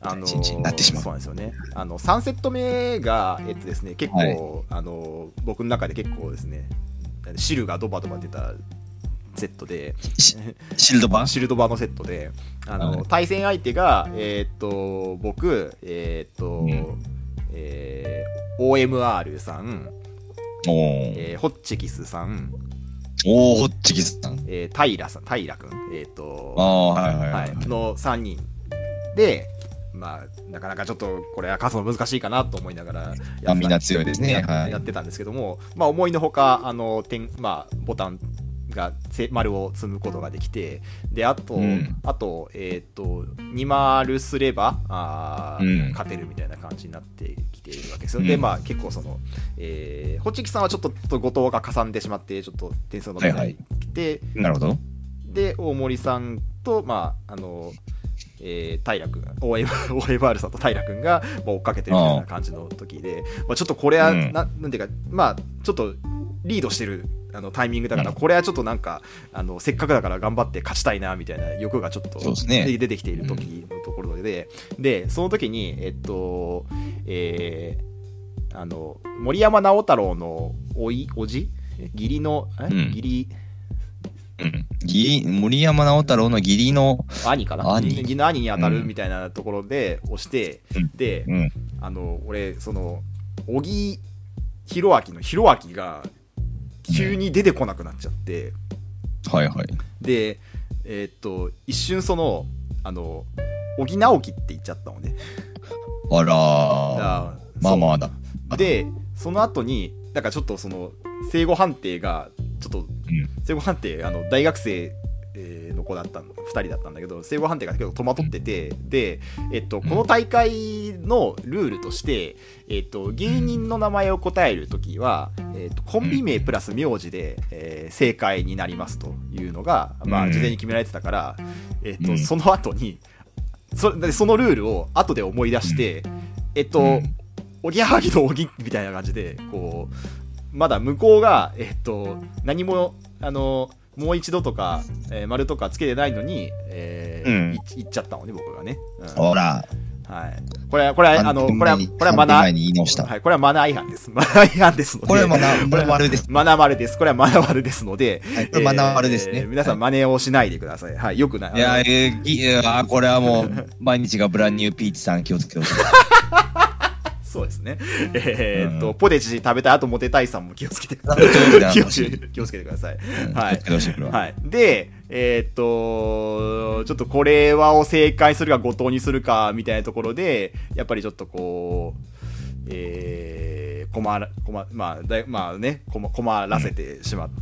あのー、なってしまう。 そうなんですよね。あのさんセット目が、えっとですね、結構、はい、あの僕の中で結構ですね、汁がドバドバ出たセットで、 シルドバシルドバのセットで、あの、はい、対戦相手が、えー、っと僕、えー、っと、うん、えー、オーエムアール さん、えー、ホッチキスさん、 おー、ホッチキスさん、 えー、平さん、平くん、えー、っと、 あー、はいはいはい、はい、 のさんにんで、まあ、なかなかちょっとこれは勝つの難しいかなと思いながらやみんな強いですね、 や、はい、やってたんですけども、まあ、思いのほかあの点、まあ、ボタンが丸を積むことができて、であと、うん、あと、えー、とに丸すればあ、うん、勝てるみたいな感じになってきているわけですよ、うん、でまあ結構その、えー、ホッチキさんはちょっと後藤がかさんでしまってちょっと点数が伸びなくて、 はいはい、なるほど。 で大森さんとまああのえー、平君 オーエムアール さんと平君が追っかけてるみたいな感じの時で、まあ、ちょっとこれは、うん、な, なんていうかまあちょっとリードしてるあのタイミングだから、うん、これはちょっとなんかあのせっかくだから頑張って勝ちたいなみたいな欲がちょっと出てきている時のところで、うん、でその時にえっと、えー、あの森山直太朗のおいおじ義理のえ、うん、義理うん、義理森山直太朗の義理の兄かな兄義理の兄に当たるみたいなところで押して、うん、で、うん、あの俺その小木弘明の弘明が急に出てこなくなっちゃって、 うん、はいはいでえー、っと一瞬そのあの小木直樹って言っちゃったのね。 あらーまあまあだでその後になんかちょっとその正誤判定がちょっと、うん、正誤判定あの大学生の子だったふたりだったんだけど正誤判定が結構戸惑ってて、うん、で、えっと、この大会のルールとして、えっと、芸人の名前を答えるときは、えっと、コンビ名プラス名字で、えー、正解になりますというのが、まあ、事前に決められてたから、えっと、うん、その後にそそのルールを後で思い出して、うん、えっとおぎやはぎのおぎみたいな感じでこうまだ向こうが、えっと、何もあのもう一度とか、えー、丸とかつけてないのに、えーうん、言っちゃったのね僕がね、うん、 ほらはい、これはこれはあのこれはこれはマナー、はい、これはマナー違反です。マナー違反ですので、 これはマナー丸です。 マナー丸です。これはマナー丸ですので、 はい、これマナー丸ですね。 えー、皆さん真似をしないでください。はい、よくない。 いや、えー、いやこれはもう毎日がブランニューピーチさん気をつけてください。 そうですね。えー、っと、うん、ポテチ食べた後モテたいさんも気をつけてください。気をつけて気をつけてください。うん、はい。はい。で、えー、っと、ちょっとこれはを正解するか後藤にするかみたいなところで、やっぱりちょっとこう、えー、困ら、困、まあ、だまあね、困、困らせてしまって、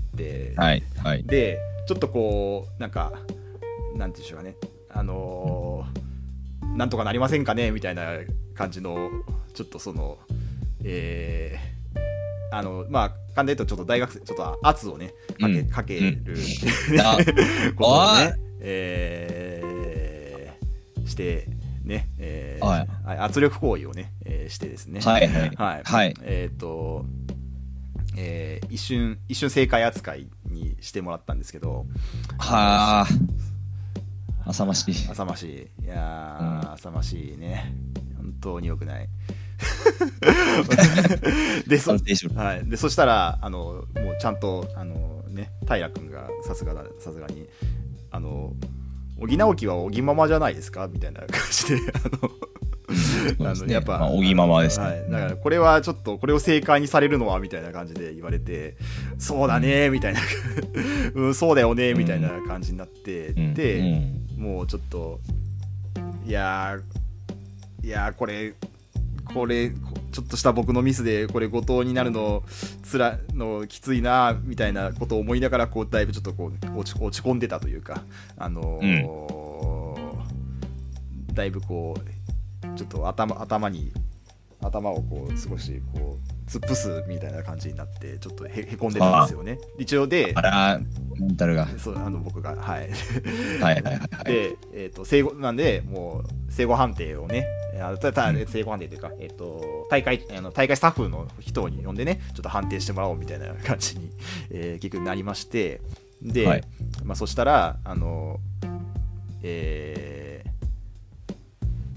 うん、はい。はい。 で、ちょっとこう、なんか、なんていうんでしょうかね、あのー、なんとかなりませんかねみたいな感じの、ちょっとその、えー、あの、まあ、簡単に言うと、ちょっと大学生、ちょっと圧をね、かけ、うん、かける、うん、ことをね、えー、して、ね、えーはい、圧力行為をね、えー、してですね、 はい、はい、 はい、はい、えっ、ー、と、えー、一瞬、一瞬正解扱いにしてもらったんですけど、 はあ、浅ましい。 浅ましい。いやー、うん、浅ましいね。本当に良くない。で, そはい、でそしたらあのもうちゃんとあの、ね、平君がさすがださすがにあの小木直樹は小木ママじゃないですかみたいな感じであのあのやっぱ、 まあ、小木ママですね、 はい、だからこれはちょっとこれを正解にされるのはみたいな感じで言われてそうだねみたいな、うん、そうだよねみたいな感じになって、うん、で、うん、もうちょっといやーいやーこれこれちょっとした僕のミスでこれ後藤になるのつらのきついなみたいなことを思いながらこうだいぶちょっとこう落ち、落ち込んでたというかあのーうん、だいぶこうちょっと頭頭に頭をこう少しこう突っ伏すみたいな感じになってちょっと へ, へこんでたんですよね。一応であらメンタルがそうあの僕がはいはいはいはい、はい、 で、えー、と正誤なんでもう正誤判定をねただ正誤判定というか、えー、と大会あの大会スタッフの人に呼んでねちょっと判定してもらおうみたいな感じに、えー、結局なりましてで、はいまあ、そしたらあのえー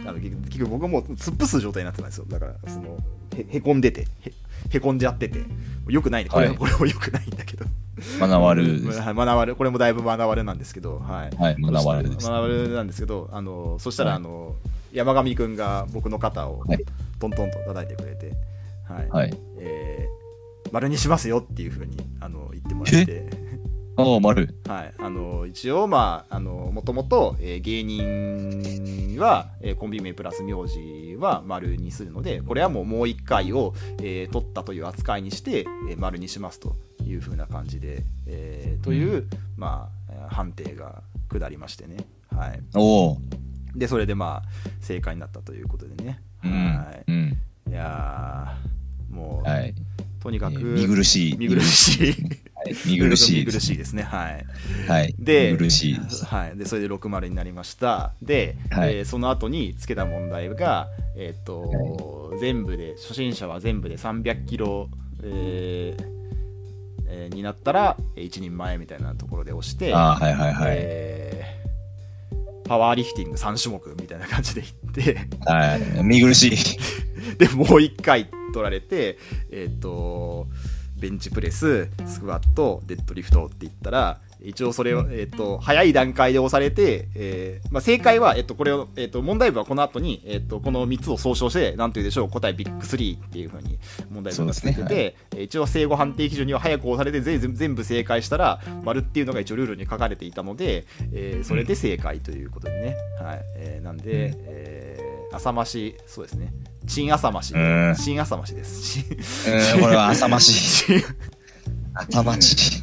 あの結局僕も突っ伏す状態になってたんですよ。だからその へ, へこんでて へ, へこんじゃっててよくないねこれ、はい、これもよくないんだけど学わるです、 学わるこれもだいぶ学わるなんですけど、はい、 はい、学わるです、 学わるなんですけど、あのそしたら、はい、あの山上くんが僕の肩をトントンと叩いてくれて、はいはい、えー、丸にしますよっていう風にあの言ってもらって、 ああ丸、 はい、あの一応まああのもともと、えー、芸人は、えー、コンビ名プラス名字は丸にするので、これはもうもう一回を、えー、取ったという扱いにして、えー、丸にしますという風な感じで、えー、という、うん、まあ判定が下りましてね、はい、 おでそれでまあ正解になったということでね、 うん、 はい、 うん、 いやもう、 はい、 とにかく、えー、 見苦しい見苦しい見苦しい見苦しいですね、はい、 はい、 で見苦しいです、 はい、でそれでろくまるになりました。で、はい、えー、その後につけた問題が、えーとはい、全部で初心者は全部でさんびゃくキロ、えーえー、になったら一人前みたいなところで押して、 あ、はいはいはい、 えー、パワーリフティングさん種目みたいな感じでいって、 はい、見苦しいでもういっかい取られて、えっとベンチプレス、スクワット、デッドリフトって言ったら、一応それを、えー、と早い段階で押されて、えーまあ、正解は、えー、とこれを、えー、と問題文はこの後に、えー、とこのみっつを総称して何というでしょう、答えビッグスリーっていう風に問題文がついてて、ね、はい、一応正誤判定基準には早く押されて全全部正解したら丸っていうのが一応ルールに書かれていたので、えー、それで正解ということでね、はい、えー、なんで、えー、浅まし、そうですね、新浅まし、新浅ましです。 うん、これは浅まし浅まし、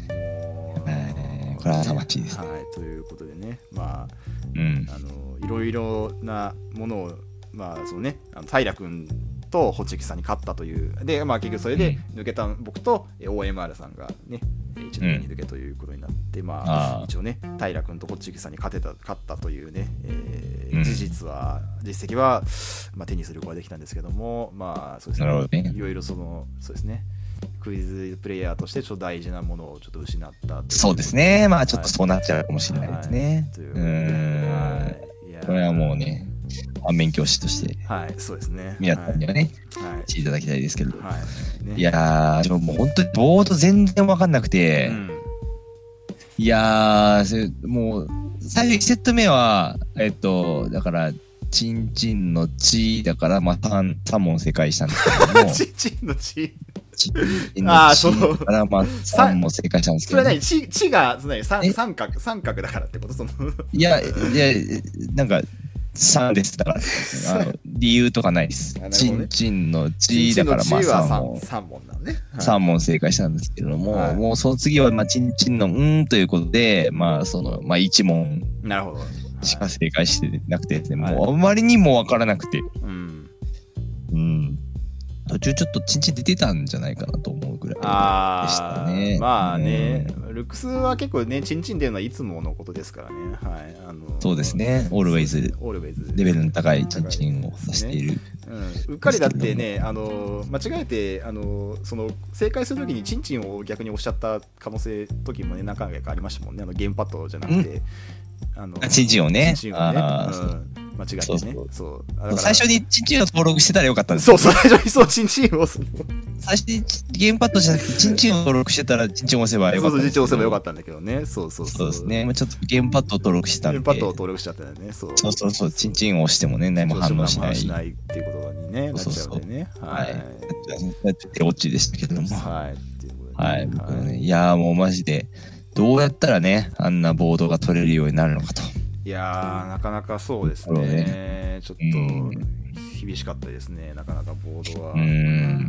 これは浅ましいです、 はい、ということでね、まあ、 うん、 あのいろいろなものを、まあそのね、あの平君とホチキさんに勝ったという、で、まあ、結局それで抜けた僕と オーエムアール さんがね、一度に抜けということになって、うん、まあ、あ一応ね、平君とホチキさんに勝てた勝ったというね、えーうん、事実は、実績は、まあ、手にすることができたんですけども、まあ、そうですね、ね、いろいろその、そうですね、クイズプレイヤーとしてちょっと大事なものをちょっと失ったと。 そうですね。まあちょっとそうなっちゃうかもしれないですね。はい、うーん、はい、これはもうね、反面教師として、 はい、そうですね。 皆さんにはね、はい、していただきたいですけど。 はいね、 いやー、でももう本当にボード全然わかんなくて、うん、いやー、もう最初いちセット目は、えっと、だから、チンチンのチだから、まあ 3, 3問正解したんですけども。 チンチンのチああ、そう。だからまあさんも正解したんですけど、ね。 それは何？チ、チが三三角三角だからってこと？そのいやいやなんかさんですだからあの理由とかないです。ね、チンチンのチだからまあさん問三問なのね。 はい、さん問正解したんですけれども、はい、もうその次はまあチンチンのうんということでまあそのまあいち問なるほどしか正解してなくてですね、はい、もうあまりにもわからなくて、 うん、 うん。途中ちょっとチンチン出てたんじゃないかなと思うぐらいでしたね。 まあね、うん、ルックスは結構ね、チンチン出るのはいつものことですからね。はい、あのそうですね、オールウェイズ、レベルの高いチンチンを出している。 うん、うっかりだってね、あの間違えてあのその正解するときにチンチンを逆に押しちゃった可能性時もね、何回かありましたもんね、あのゲームパッドじゃなくて。あのチンチンをね、 チンチンをね、うん間違えてね。そうそうそうそう最初にチンチンを登録してたらよかったんですそうそう、最初にそう、チンチンを。最初にゲームパッドじゃなくて、チンチンを登録してたら、チンチンを押せばよかった。 そうそう、チンチンを押せばよかったんだけどね。そうそうそう。 そうですね。ちょっとゲームパッドを登録したんで。 ゲームパッドを登録しちゃったよね。そうそうそうそう。チンチンを押してもね、何も反応しない。 しないっていうことにね、なっちゃうんでね。はい。 手落ちでしたけども。 はい。 はい。僕ね、いやーもうマジで、どうやったらね、あんなボードが取れるようになるのかと。 いやー、なかなかそうですね。ねちょっと厳しかったですね、なかなかボードは。 うん、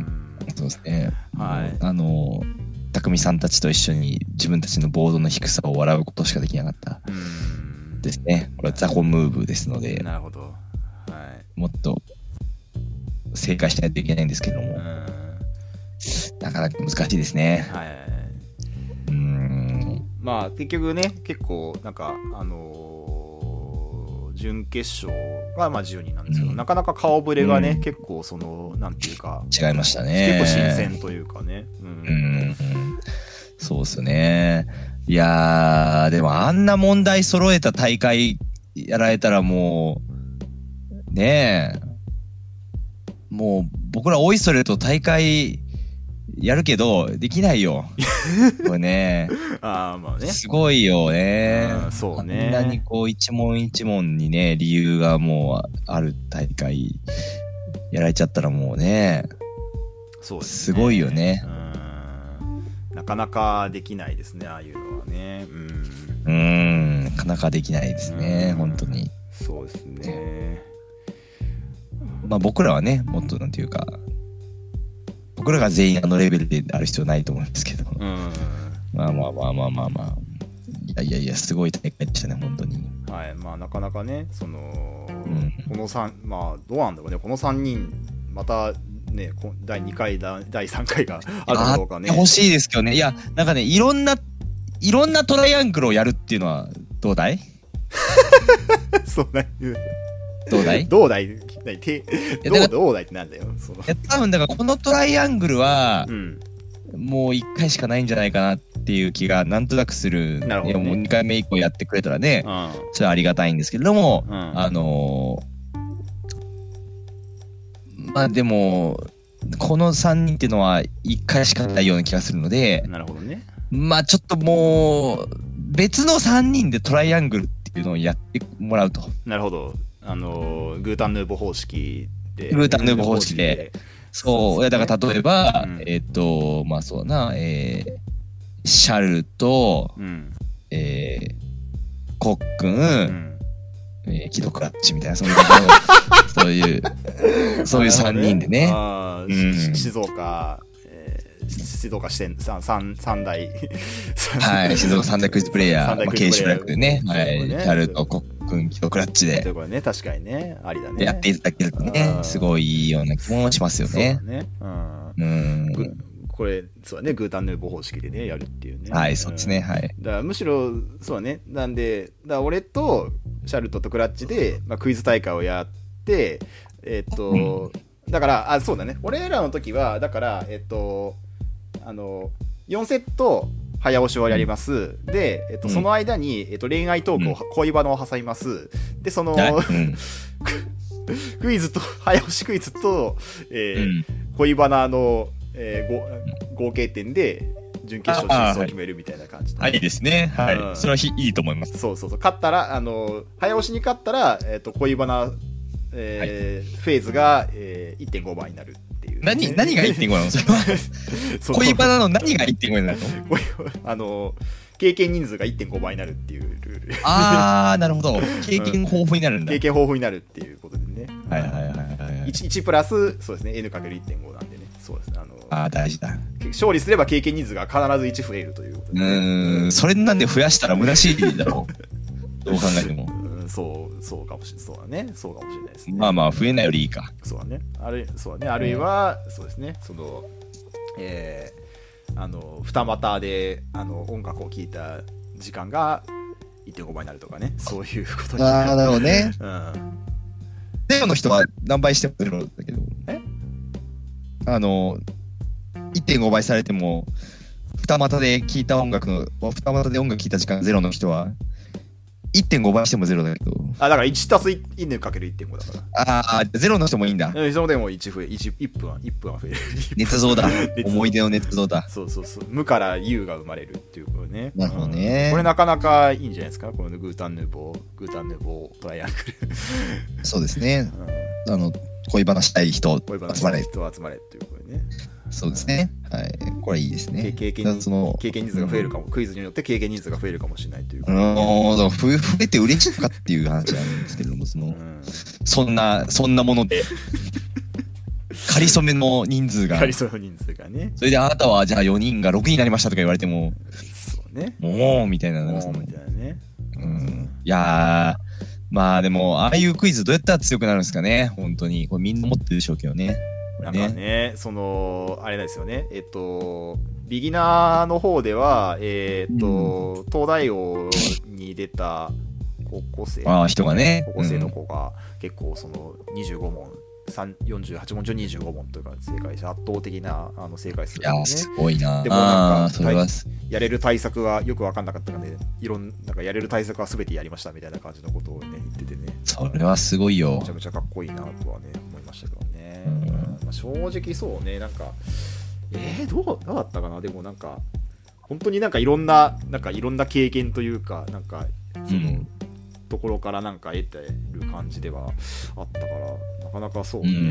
そうですね。はい。あの、匠さんたちと一緒に自分たちのボードの低さを笑うことしかできなかったですね。これはザコムーブですので、 なるほど。はい。 もっと正解しないといけないんですけども、なかなか難しいですね。 はい。 うん。 まあ、結局ね、結構、なんか、あのー、準決勝はまあじゅうにんなんですけど、うん、なかなか顔ぶれがね、うん、結構そのなんていうか違いましたね。 結構新鮮というかね。うん。うん、 そうですね。いやーでもあんな問題揃えた大会やられたらもうねえ。もう、僕らオイストレと大会やるけど、できないよ。これね。 ああ、まあね。 すごいよね。 そうね。 あんなにこう、一問一問にね、理由がもうある大会、やられちゃったらもうね。 そうですね。 すごいよね。 うん。なかなかできないですね、ああいうのはね。うん。 うーん、なかなかできないですね、本当に。 そうですね。 まあ僕らはね、もっとなんていうか、僕らが全員あのレベルである必要ないと思うんですけど。うん。まあまあまあまあまあまあ。いやいやいや、すごい大会でしたね、本当に。 はい、まあなかなかね、その、うん、このさん、まあどうなんだろうね、このさんにん、またね、だいにかい、だいさんかいがあるかどうかね。 欲しいですけどね。いや、なんかね、いろんな、いろんなトライアングルをやるっていうのはどうだい？ そうだどうだい？ どうだい？どうどうだいってなんだよ。そのいや多分だからこのトライアングルは、うん、もういっかいしかないんじゃないかなっていう気がなんとなくする。なるほど、ね、いやもうにかいめ以降やってくれたらね、うん、それはありがたいんですけれども、うん、あのー、まあでもこのさんにんっていうのはいっかいしかないような気がするので、 なるほどね。 まあちょっともう別のさんにんでトライアングルっていうのをやってもらうと。 なるほど。あのー、グータンヌーボ方式で。 グータンヌーボ方式で。そう、ね、だから例えば、うん、えっ、ー、と、まあそうな、えー、シャルと、うん、えー、コックン、うんえー、キドクラッチみたいな、そういう、そういう、そういうさんにんでね。 あうん、静岡、えー、静岡支店、三大。 はい、静岡三大クイズプレイヤー、まあ、ケイシュブラックでね、はい、シャルとコックン、キドクラッチで。 これね、確かにね、ありだね。 やっていただけるとね、すごいいいような気もしますよね。そうだね。うん。うんこれ、そうだね、グータンヌーボ方式でね、やるっていうね。 はい、そうですね、はい。 だからむしろ、そうだね、なんで、だから俺とシャルトとクラッチで、まあ、クイズ大会をやって、えっと、うん、だから、あ、そうだね、俺らの時は、だから、えっと、あの、よんセット、早押しをやります。で、えっと、その間に、えっと、恋愛トークを、恋バナを挟みます。で、その、うん、クイズと、早押しクイズと、えーうん、恋バナの、えー、合計点で準決勝進出を決めるみたいな感じで、ね、 はい、いいですね。はい、うん、それはいいと思います。 そうそうそう。勝ったら、あの、早押しに勝ったら、えっと、恋バナ、えーはい、フェーズが、えー、いってんごばいになるっていう、ね。 何、何が いってんご なのそれは。恋バナの何が いってんご になるのあの、経験人数が いってんごばいになるっていうルール。 あー、なるほど。経験豊富になるんだ。 経験豊富になるっていうことでね。 はいはいはいはい、はい。 いち, いちプラス、そうですね、エヌかけるいってんご なんでね。そうですね。あのあー、大事だ。 勝利すれば経験人数が必ずいち増えるということで、ね。 うーん、それなんで増やしたら虚しいだろう。どう考えても。 うん、そう、そうかもしれない。そうだね。そうかもしれないですね。 まあまあ、増えないよりいいか。 そうだね。ある、そうだね。あるいは、うん、そうですね。その、えー、あの、二股で、あの、音楽を聴いた時間が いってんごばいになるとかね。そういうことになる。 ああ、なるほどね。 うん。 ゼロの人は何倍してもゼロだけど。えあの、いってんごばいされても、二股で聴いた音楽の、二股で音楽聴いた時間ゼロの人は、いってんごばいしてもゼロだけど。 あ、だからいちたすいちかけるいってんごだから。 ああ、ゼロの人もいいんだ。 そのでもいち増え、いち、いっぷんは、いっぷんは増える。 捏造だ。思い出の捏造だ。 そうそうそう。無から有が生まれるっていうことね。 なるほどね、 うん。これなかなかいいんじゃないですか。このグータンヌーボー、グータンヌーボートライアングル。 そうですね。うん、あの、恋話したい人、 恋話したい人集まれっていうことでね。 そうですね。はい。これいいですね。 経験その経験人数が増えるかも、うん、クイズによって経験人数が増えるかもしれないということ、 ね。うん、増えて嬉しいかっていう話なんですけれども、その、うん、そんな、そんなもので、かりそめの人数が。 かりそめの人数がね。 それであなたはじゃあよにんがろくにんになりましたとか言われても、 そうね。 もう、みたいな。 もう、みたいなね。 うん。いやー、まあでも、ああいうクイズどうやったら強くなるんですかね、本当に。これみんな持ってるでしょうけどね。 なんかね、その、あれなんですよね。えっと、ビギナーの方では、えっと、うん、東大王に出た高校生。 ああ、人がね。 高校生の子が、結構そのにじゅうご問よんじゅうはち問中にじゅうご問というか正解者、圧倒的なあの正解数、ね、 いやすごいな。 でもなんかそれはやれる対策はよく分かんなかったので、いろんなんかやれる対策は全てやりましたみたいな感じのことをね言っててね、 それはすごいよ。 めちゃめちゃかっこいいなとはね思いましたけどね、 うんまあ、正直そうね、なんかえー、どうどうだったかな。でもなんか本当になんかいろんななんかいろんな経験というか、なんかその、うんところからなんか得てる感じではあったから、なかなかそうね、うん、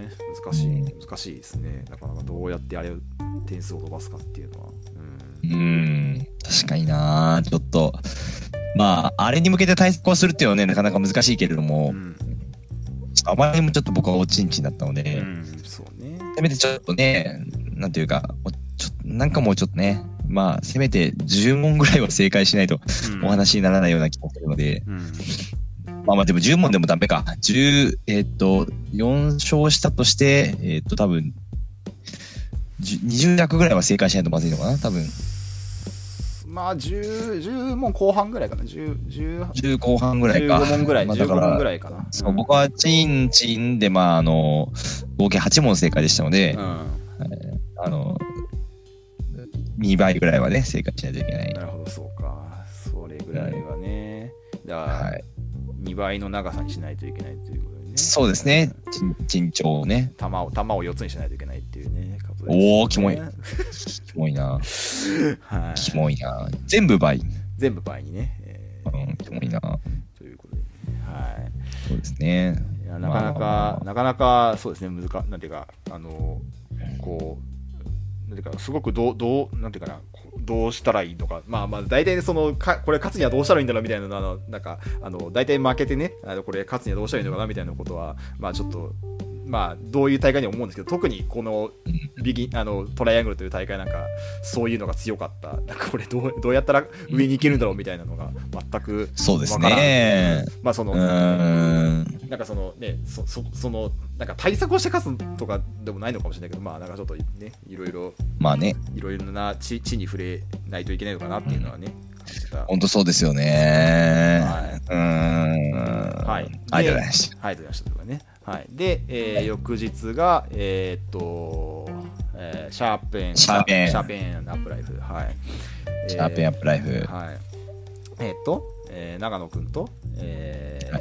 難しい難しいですね。なかなかどうやってあれ点数を伸ばすかっていうのは、 うん、うん確かにな。ちょっとまああれに向けて対策をするっていうのはねなかなか難しいけれども、うん、あまりにもちょっと僕はおちんちんだったので、うん、そうね。せめてちょっとね、なんていうかちょなんかもうちょっとね。まあせめてじゅう問ぐらいは正解しないとお話にならないような気がするので、うん、まあまあでもじゅう問でもダメか。じゅうえっとよん勝したとしてえっと多分にじゅう弱ぐらいは正解しないとまずいのかな多分。 まあじゅう、じゅう問後半ぐらいかな。じゅう、じゅう、 じゅう後半ぐらいか。 じゅうご問ぐらい、 まあ、 じゅうご問ぐらいかな。 そう、うん、僕はチンチンでまああの合計はち問正解でしたので、うん、あのにばいぐらいはね正解しないといけない。 なるほど、そうか。それぐらいはね、だから、はい、にばいの長さにしないといけないということでね。 そうですね。身長をね。 玉を玉をよっつにしないといけないっていうね。 おお、キモい。キモいな。はい。キモいな。全部倍。 全部倍にね。 えー、うん、キモいな。 ということで、ね、はい。 そうですね。 いやなかなか、まあ、なかなかそうですね。難かなんていうかあのこう。なんていうかすごくどうどうなんていうかなどうしたらいいのか、まあまあ大体そのかこれ勝つにはどうしたらいいんだろうみたいなのあのなんかあの大体負けてねあのこれ勝つにはどうしたらいいのかなみたいなことはまあちょっとまあどういう大会にも思うんですけど、特にこのビギあのトライアングルという大会なんかそういうのが強かった。なんかこれどうどうやったら上に行けるんだろうみたいなのが全く分からん。 そうですね。 まあそのなんかそのねそそそのなんか対策をして勝つとかでもないのかもしれないけど、まあなんかちょっとねいろいろまあねいろいろな地地に触れないといけないのかなっていうのはね、うん、感じた。 本当そうですよね。 はい。 うーん。 はい。 ありがとうございました。 はい、ありがとうございましたとかね。はい。で、えーはい、翌日がえー、っと、えー、シャーペンシャーペンシャーペンアップライフ、はい。 シャーペンアップライフ、 はい。えー、っと、えー、長野くんと、えー、はい。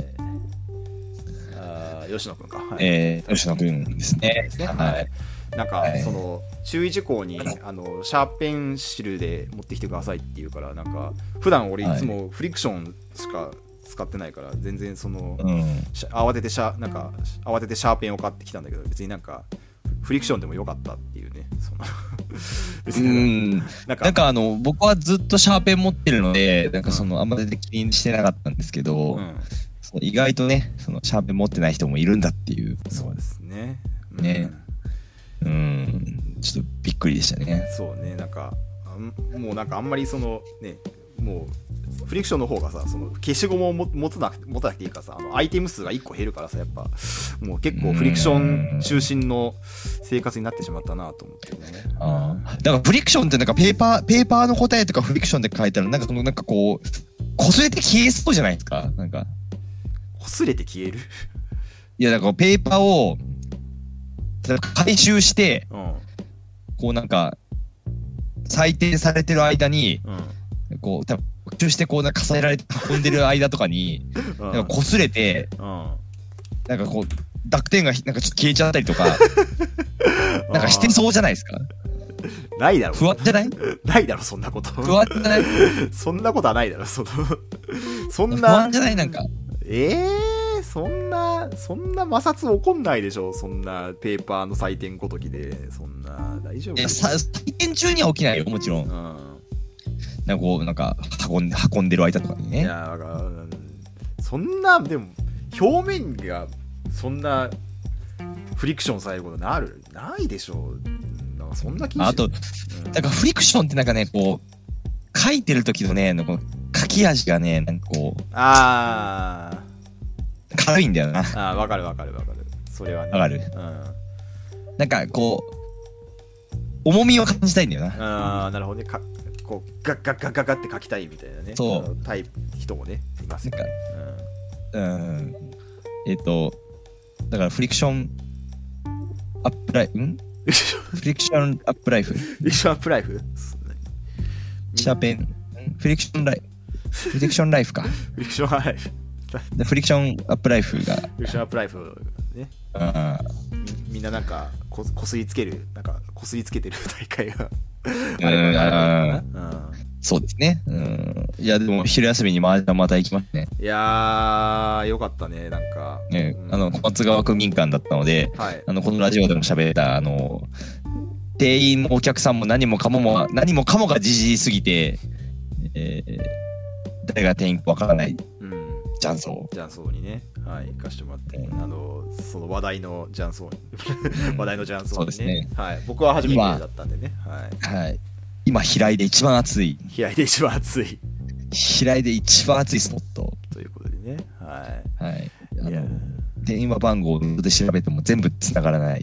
吉野くんか、はい、 えー、吉野くんですね。 ですね、はい、なんか、はい、その注意事項にあのシャーペンシルで持ってきてくださいって言うから、なんか普段俺いつもフリクションしか使ってないから全然その、うん、慌ててシャなんか慌ててシャーペンを買ってきたんだけど、別になんかフリクションでもよかったっていうね。その別にうんなんか、なんかあの僕はずっとシャーペン持ってるので、なんかその、うん、あんまり気にしてなかったんですけど、うん、意外とねそのシャーペン持ってない人もいるんだっていう。 そうですね。 うん、ね、うん、ちょっとびっくりでしたね。 そうね、なんかもうなんかあんまりそのねもうフリクションの方がさ、その消しゴムを持つなく持たなくていいからさ、あのアイテム数がいっこ減るからさ、やっぱもう結構フリクション中心の生活になってしまったなと思ってね。 ああ、だからフリクションってなんかペーパーペーパーの答えとかフリクションで書いたらなんかそのなんかこう擦れて消えそうじゃないですか。なんか擦れて消えるいやだからペーパーを回収して、うん、こうなんか採点されてる間に、うん、こう多分回収してこうなんか重ねられて運んでる間とかに、うん、なんか擦れて、うん、なんかこう濁点がなんかちょっと消えちゃったりとかなんかしてそうじゃないですか。 ないだろ。 不安じゃない？ ないだろそんなこと。 不安じゃない？ そんなことはないだろ。そのそんな不安じゃないなんか。 ええー、そんなそんな摩擦起こんないでしょ。そんなペーパーの採点ごときでそんな大丈夫？いや採点中には起きないよもちろん。うん、なんかこうなんか運んで運んでる間とかにね。いやだからそんなでも表面がそんなフリクションされることなるないでしょう。なんかそんな気がしあと、うん、だからフリクションってなんかねこう書いてる時のねこの書き味がねなんかこうああ軽いんだよな。 ああわかるわかるわかる。それはね。 わかる。うん。なんかこう重みを感じたいんだよな。 ああなるほどね。かこうガッガッガッガッガッって書きたいみたいなね。 そうタイプ人もねいますね。 なんかうん、うん、えっ、ー、とだからフリクションアップライフ、んフリクションアップライフ。 フリクションアップライフシャーペン、フリクションライフ。フリクションライフか。 フリクションライフ。 でフリクションアップライフが。フリクションアップライフね。 あみ, みんななんかこ、こすりつける、なんか、こすりつけてる大会があれもあるかな。うんそうですね。うん。いや、でも、昼休みに麻雀また行きますね。 いやー、よかったね、なんか。 ね、 うん、 あの、小松川区民館だったので、はい、あの、このラジオでも喋った、あの、店員もお客さんも何もかもも、何もかもがじじいすぎて、えー、誰が店員かわからない、うん、ジャンソー。 ジャンソーにね、はい、行かしてもらって、うん、あの、その話題のジャンソーに、話題のジャンソーにね、そうですね。はい、僕は初めてだったんでね。はい。はい今、平井で一番暑い。 平井で一番暑い。 平井で一番暑いスポット。 ということでね。はい。 はい。あの、電話番号をで調べても全部繋がらない。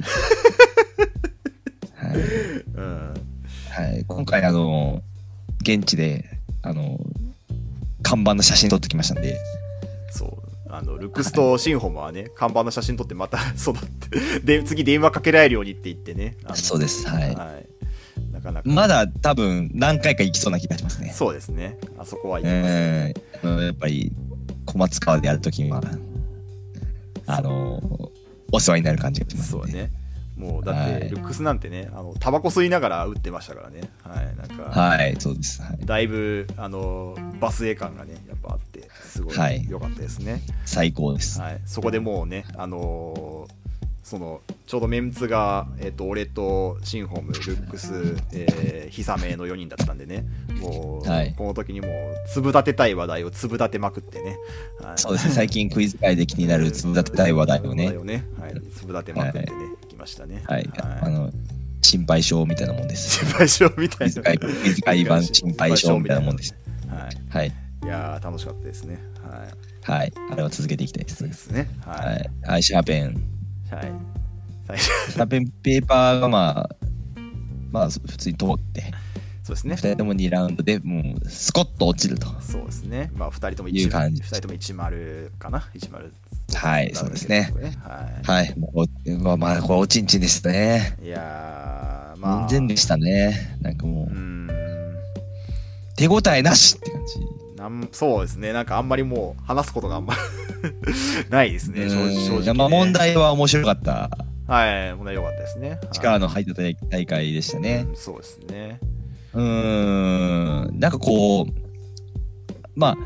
はい。うん。はい。今回、あの、現地で、あの、看板の写真撮ってきましたんで。 そう。あの、ルクスとシンホムはね、はい、看板の写真撮ってまた、その、で、次電話かけられるようにって言ってね。 そうです。はい。 はいなかなかまだ多分何回か行きそうな気がしますね。 そうですね。あそこは行きますね。 えー、やっぱり小松川でやるときはあのー、お世話になる感じがしますね。 そうね。もうだってルックスなんてね、あのタバコ吸いながら打ってましたからね。はい、なんかはいそうです。はい、 だいぶあのバスエ感がねやっぱあってすごい良かったですね。はい、 最高です。 はい。そこでもうねあのー。そのちょうどメンツが、えー、と俺とシンホム、ルックス、えー、ヒサメのよにんだったんでね、もう、はい、この時にもう粒立てたい話題を粒立てまくってね、 はい、そうですね、最近クイズ界で気になる粒立てたい話題をね、 ねはい、粒立てまくってね、はい、きましたね。 はい、はい、あの心配性みたいなもんです。 心配性みたいな。 クイズ界版心配性みたいなもんです。 はい。 はい、 いやー楽しかったですね。 はい。はい、あれは続けていきたいですね。 そうですね。はい。 はい、シャーペン。 はい。 シャーペンペーパーがまあまあ普通に通ってそうですねふたりともにラウンドでもうスコッと落ちるとそうですねまあふたりともいう感じふたりともいちまるかないちまるはいそうですねはい、はい、もうまあまあこれおちんちんですねいやーまあ全然でしたねなんかもううん手応えなしって感じなんそうですねなんかあんまりもう話すことがあんまないですね正直ねまあ問題は面白かったはい、問題良かったですね。 力の入った大会でしたね。 うん、そうですね。 うーん、なんかこう、まあ、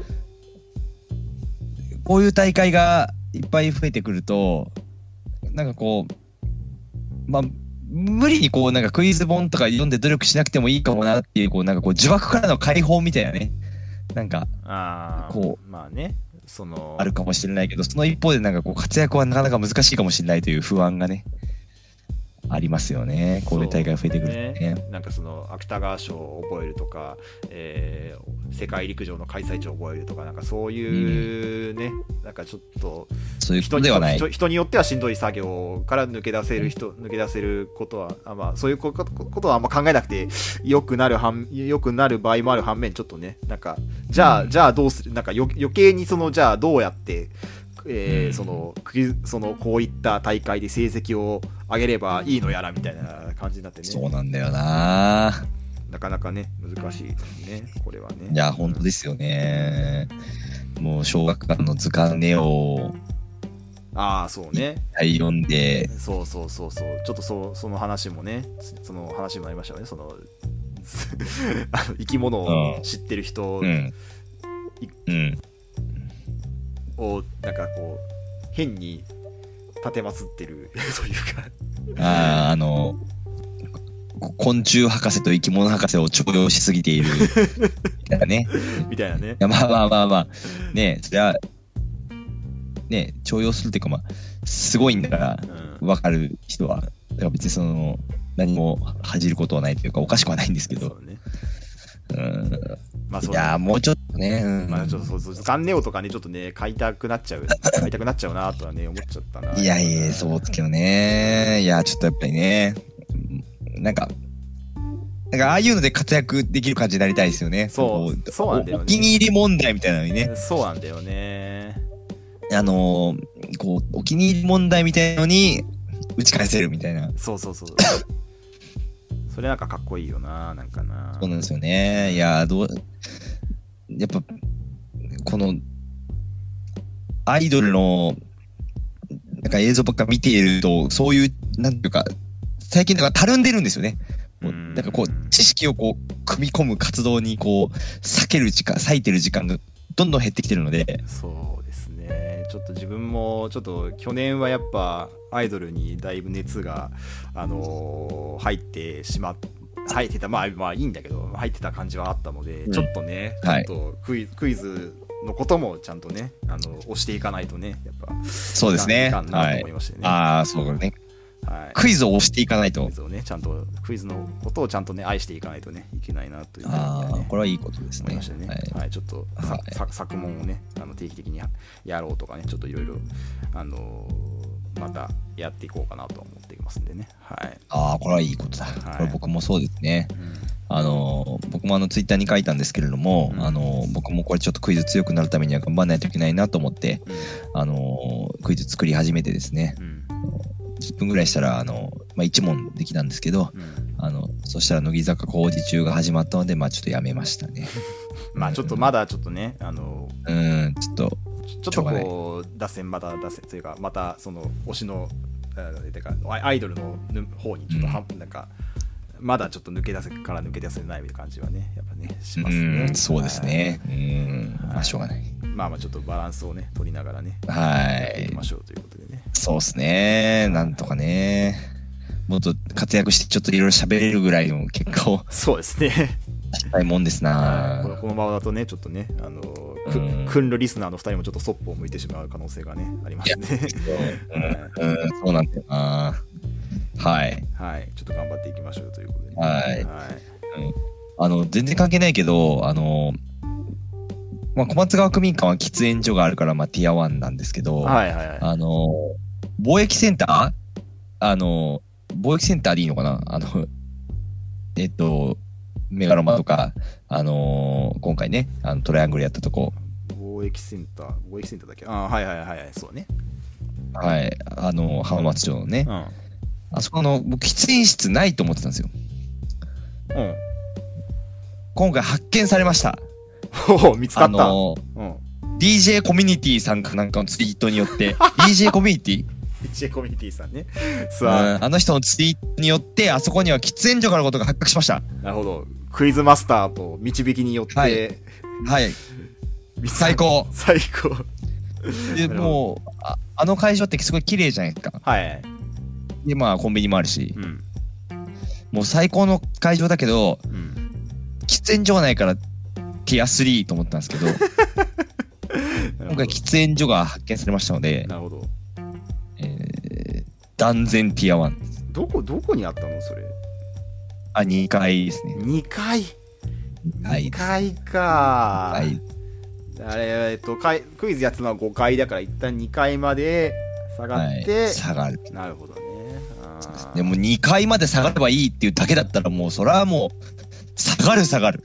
こういう大会がいっぱい増えてくると、なんかこう、まあ、無理にこう、なんかクイズ本とか読んで努力しなくてもいいかもなっていう、こう、なんかこう、呪縛からの解放みたいなね、なんか、こう、まあね。そのあるかもしれないけどその一方でなんかこう活躍はなかなか難しいかもしれないという不安がねありますよねこういう大会が増えてくるとね、 ねなんかその芥川賞を覚えるとか、えー、世界陸上の開催地を覚えるとかなんかそういうね、うん、なんかちょっとそういうことではない人, 人によってはしんどい作業から抜け出せる人、うん、抜け出せることはあ、まあ、そういうことことはあんま考えなくてよくなる反よくなる場合もある反面ちょっとねなんかじゃあ、うん、じゃあどうするなんかよ余計にそのじゃあどうやってえーうん、そのそのこういった大会で成績を上げればいいのやらみたいな感じになってねそうなんだよななかなかね難しいですねこれはねいや本当ですよねもう小学館の図鑑ネオをああそうね読んでそうそうそうそうちょっとそその話もねその話もありましたよねそのあの生き物を知ってる人、うんうんうんをなんかこう変に立てまつってるというかあああの昆虫博士と生き物博士を重用しすぎているみたいなねみたいなねいやまあまあまあまあねそれはね重用するっていうかまあすごいんだから分かる人はだから別にその何も恥じることはないというかおかしくはないんですけど、ねうんまあ、いやもうちょっとね、うん、 まあちょっとそうそう図鑑ネオとかねちょっとね買いたくなっちゃう買いたくなっちゃうなとはね思っちゃったないやいやそうですけどねいやちょっとやっぱりねなんかなんかああいうので活躍できる感じになりたいですよねそうそうなんだよねお気に入り問題みたいなのにねそうなんだよねあのこう、お気に入り問題みたいなのに打ち返せるみたいな。 そうそうそうそれなんかかっこいいよな、なんかな。 そうなんですよね。いやどうやっぱこのアイドルのなんか映像ばっか見ていると、そういうなんていうか最近なんかたるんでるんですよね。こうなんかこう知識をこう組み込む活動にこう避ける時間、割いてる時間がどんどん減ってきてるので。 そうですね。ちょっと自分もちょっと去年はやっぱアイドルにだいぶ熱があのー、入ってしまっ入ってたまあまあいいんだけど入ってた感じはあったので、うん、ちょっとねちょっとクイ、はい、クイズのこともちゃんとねあの押していかないとねやっぱそうですね。 いかんなと思いましてね。 はい、ああそうね。はい、クイズを押していかないと。 クイズをねちゃんとクイズのことをちゃんとね愛していかないとねいけないなというふうに、ね、 ああこれはいいことですね。 思いましたね。はい、はい、ちょっと、はい、作問をねあの定期的にやろうとかねちょっといろいろあのー、またやっていこうかなと思っていますんでね。はい。 ああこれはいいことだ。はい、これ僕もそうですね。うん、あのー、僕もあのツイッターに書いたんですけれども、うん、あのー、僕もこれちょっとクイズ強くなるためには頑張らないといけないなと思って、うん、あのー、クイズ作り始めてですね。うん、じゅっぷんぐらいしたらあの、まあ、いち問できたんですけど、うん、あのそしたら乃木坂工事中が始まったので、まあ、ちょっとやめましたね。 まあちょっとまだちょっとね、あのうんちょっとちょっとこう脱線また脱線というかまたその推しのてかアイドルの方にちょっとは、うん、なんかまだちょっと抜け出せから抜け出せないみたいな感じはねやっぱねしますね。 うんそうですね。うん、まあしょうがない。 まあまあちょっとバランスをね取りながらねはいいきましょうということでね。 そうですね。なんとかねもっと活躍してちょっといろいろ喋れるぐらいの結果をそうですねしたいもんですな。 この、このままだとねちょっとねあのく、うん、クンルリスナーのふたりもちょっとそっぽを向いてしまう可能性がねありますね。 うん、うん、そうなんだよな。はいはいちょっと頑張っていきましょうということで、ね、 はい、はい、うん、あの全然関係ないけどあのまあ、小松川区民館は喫煙所があるから、まあ、ティアワンなんですけど、 はいはいはい、 あの貿易センターあの貿易センターでいいのかなあのえっとメガロマとかあのー、今回ねあのトライアングルやったとこ貿易センター貿易センターだっけあはいはいはいはいそうねはいあの浜松町のね、うん、あそこの僕喫煙室ないと思ってたんですよ。 うん。 今回発見されました。 お見つかった。あのーうん、ディージェー コミュニティさんかなんかのツイートによってディージェー コミュニティディージェー コミュニティさんね。 さあ、あの人のツイートによってあそこには喫煙所があることが発覚しました。 なるほど。クイズマスターと導きによって、はい、 はい、最高最高でもう あ, あの会場ってすごい綺麗じゃないですか。 はいでまあコンビニもあるし、 うん、 もう最高の会場だけど、うん、喫煙所がないからティアスリーと思ったんですけど今回喫煙所が発見されましたので、 なるほど、 えー、断然ティアワン。 どこどこにあったのそれ。 あ、にかいですね。 にかいにかいか、はい、あれ、えっと、クイズやつのはごかいだから一旦にかいまで下がって、 はい、下がる。 なるほどね。 あでもにかいまで下がればいいっていうだけだったらもうそれはもう下がる下がる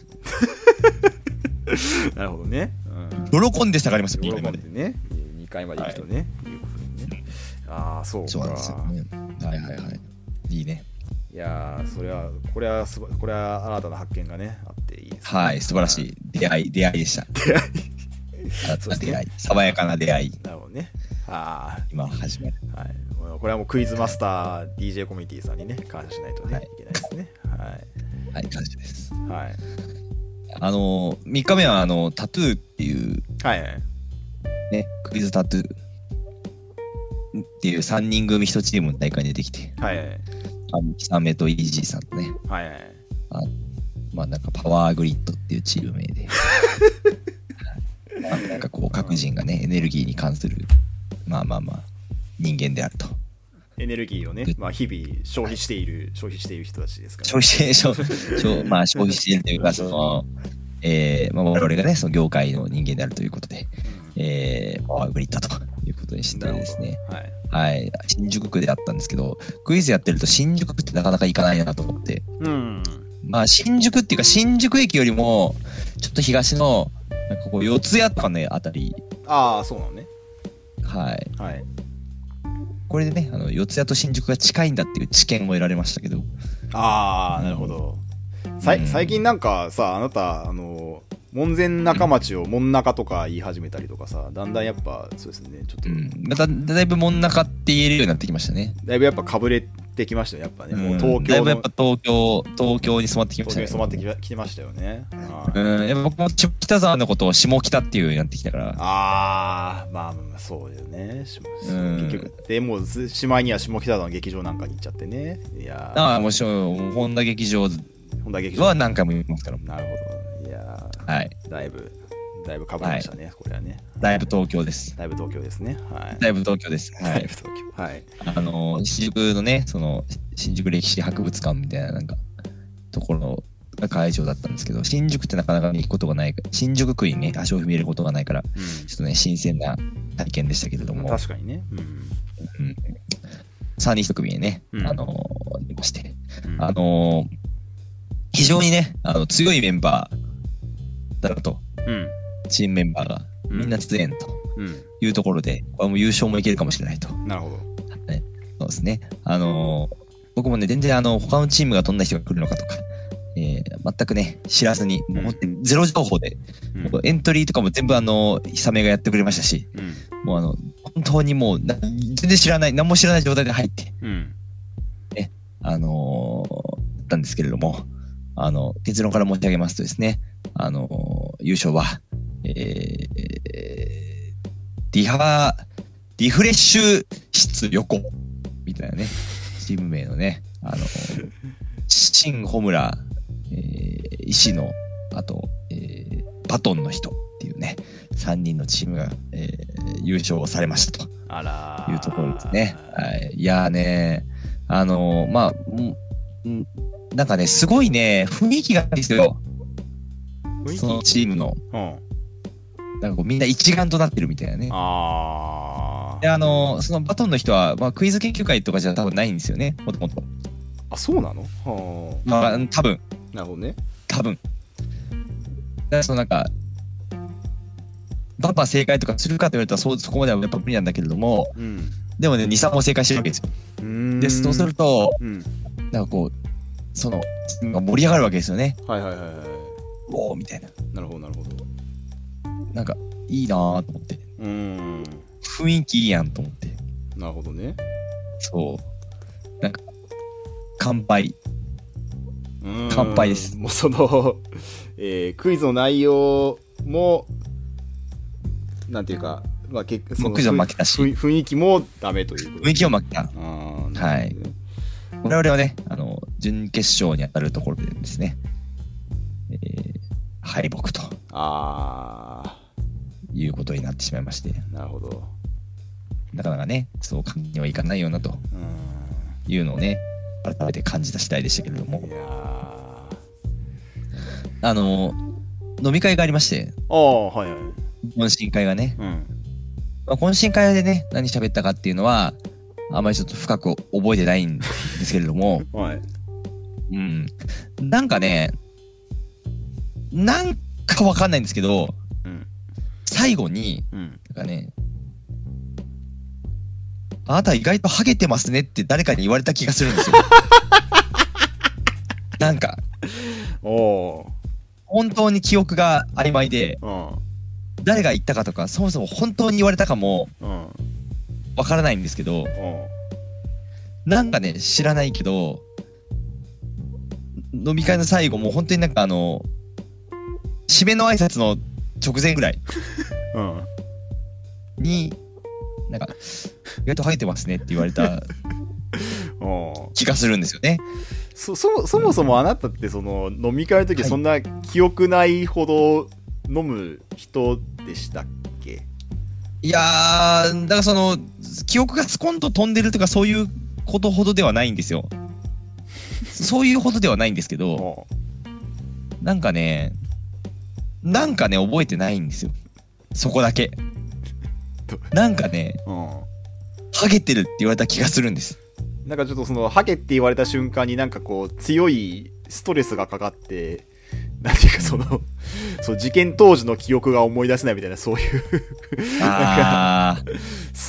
なるほどね、 うん、喜んで下がりますよ。 喜んでねにかいまで行くとね、はい、いうことでね。ああそうか。 そうなんですよね。はいはいはい、いいね。 いやーそれはこれはすばこれは新たな発見がねあっていいですね。 はい、素晴らしい出会い出会いでした。 出会い新たな出会い、爽やかな出会い。 なるほどね。ああ今始まる。 はい。これはもうクイズマスター ディージェー コミュニティさんにね感謝しないとね、はい、いけないですね。はい。 はい、感謝です。 はい。 あのみっかめはあのタトゥーっていうはいはいねクイズタトゥーっていうさんにん組いちチームの大会に出てきて、 はいはい。 あのキサメとイージーさんとね、 はいはい。 あまあなんかパワーグリッドっていうチーム名で、まあ、なんかこう各人がねエネルギーに関するまあまあまあ人間であると。 エネルギーをね、まあ、日々消費している、はい、消費している人たちですから、 ね、消費して消消まあ消費しているというかその、えーまあ、我々がねその業界の人間であるということで、うん、えー、パワーグリッドということにしてですね、はい、はい、新宿区であったんですけど、クイズやってると新宿区ってなかなか行かないなと思って、 うん、 まあ新宿っていうか新宿駅よりもちょっと東のなんかこう四谷とかねあたり、 ああそうなのね、 はい、 はい、 これでね、あの四谷と新宿が近いんだっていう知見を得られましたけど。 あー、なるほど。さいうん最近なんかさ、あなた、あの、門前仲町を門中とか言い始めたりとかさ、だんだんやっぱ、そうですね、ちょっと、 うん、まただいぶ門中って言えるようになってきましたね。 だいぶやっぱかぶれてきましたよ、やっぱね。もううん東京の、 だいぶやっぱ東京、東京に染まってきま東したね。 京に染まってききてましたよね。あうー、 ん、やっぱ僕も下北沢のことを下北っていうようになってきたから。 あー、まあまあ、そうだよね。しうん結局。で、もう、ずしまいには下北沢の劇場なんかに行っちゃってね。いやー、 ああ、もちろん、本田劇場本田劇場。 は何回も言いますから。 なるほど。いやはい。 ー、だいぶ、だいぶかぶりましたね、これはね。 だいぶ東京です。 だいぶ東京ですね。はい。 だいぶ東京です。はいだいぶ。東京。はい。 あのー、新宿のね、その、新宿歴史博物館みたいな、なんか、ところが会場だったんですけど、新宿ってなかなか行くことがない、新宿区にね、足を踏み入れることがないから、 うちょっとね、新鮮な体験でしたけれどん。 も、 確かにね。うん。 うん、さんにんひと組でね、 うんあのー、いまして、 うんあのー、非常にね、あの強いメンバーだなと、 うん。 チームメンバーがみんな出演とうん。 いうところで、これはもう優勝もいけるかもしれないと。 なるほど。 そうですね。あのー、僕もね、全然あの、他のチームがどんな人が来るのかとか、えー、全くね、知らずに、もう本当にゼロ情報で、 うんもうエントリーとかも全部あの、久めがやってくれましたし、 うん。 もうあの、本当にもうな、全然知らない、何も知らない状態で入って、 うん。 あのー、たんですけれども、あの、結論から申し上げますとですね、あのー、優勝は、えー、リハ、リフレッシュ室横みたいなね、チーム名のね、あのー、新穂村、えー、石野、あと、えー、バトンの人っていうね、さんにんのチームが、えー、優勝をされましたと。 あらー。 いうところですね。はい。いやーね、あのー、まあ、んなんかね、すごいね、雰囲気がいいですよ。 雰囲気そのチームの。 うん。 なんかこうみんな一丸となってるみたいなね。 あで、あのー、そのバトンの人は、まあ、クイズ研究会とかじゃ多分ないんですよね、もともと。 ー。あ、そうなのはまあ、多分、 あ。なるほどね。 多分。だからそのなんか、バンバン正解とかするかと言われたらそうそこまではやっぱ無理なんだけれども、 うん。 でもね、に、さんも正解してるわけですよ。 うーん。 で、そうすると、 うん。 なんかこう、その、盛り上がるわけですよね。 はいはいはいはい。 おーみたいな。 なるほどなるほど。 なんか、いいなぁと思って。 うーん。 雰囲気いいやんと思って。 なるほどね。 そう。なんか、乾杯。 うーん乾杯ですもうその、えー、クイズの内容も、なんていうか、まあ、結そのクイズは負けたしふ雰囲気もダメということ雰囲気を負けた。 あーはい。我々はね、あの、準決勝に当たるところでですね、えー、敗北とあいうことになってしまいまして、 ー、なるほど。 なかなかね、そう簡単にはいかないよなとういうのをね、改めて感じた次第でしたけれどもーん。い、やあの、飲み会がありまして、 ー。ああ、はいはい。 懇親会がね、 うん。 まあ、懇親会でね、何喋ったかっていうのは、あまりちょっと深く覚えてないんですけれども、 はい。 うん。なんかね、なんかわかんないんですけど、 うん。 最後に、 うん。 なんかね、あなた意外とハゲてますねって誰かに言われた気がするんですよ。なんか、 おー。 本当に記憶が曖昧で、 うん。 誰が言ったかとか、そもそも本当に言われたかもうん。 わからないんですけど、 うん。 なんかね、知らないけど、飲み会の最後、もう本当になんかあの、締めの挨拶の直前ぐらいうん。 に、なんか、意外とハゲてますねって言われたおー。 気がするんですよね。 そ、そ、そもそもあなたってその飲み会の時はいそんな記憶ないほど飲む人でしたっけ？ いやー、だからその、記憶がスコンと飛んでるとかそういうことほどではないんですよ。そういうほどではないんですけど、 おなんかね、なんかね、覚えてないんですよ。そこだけ。なんかね、 う。うん。 ハゲてるって言われた気がするんです。 なんかちょっとそのハゲって言われた瞬間になんかこう強いストレスがかかってなんていうかその、そう事件当時の記憶が思い出せないみたいなそういうあー、 そ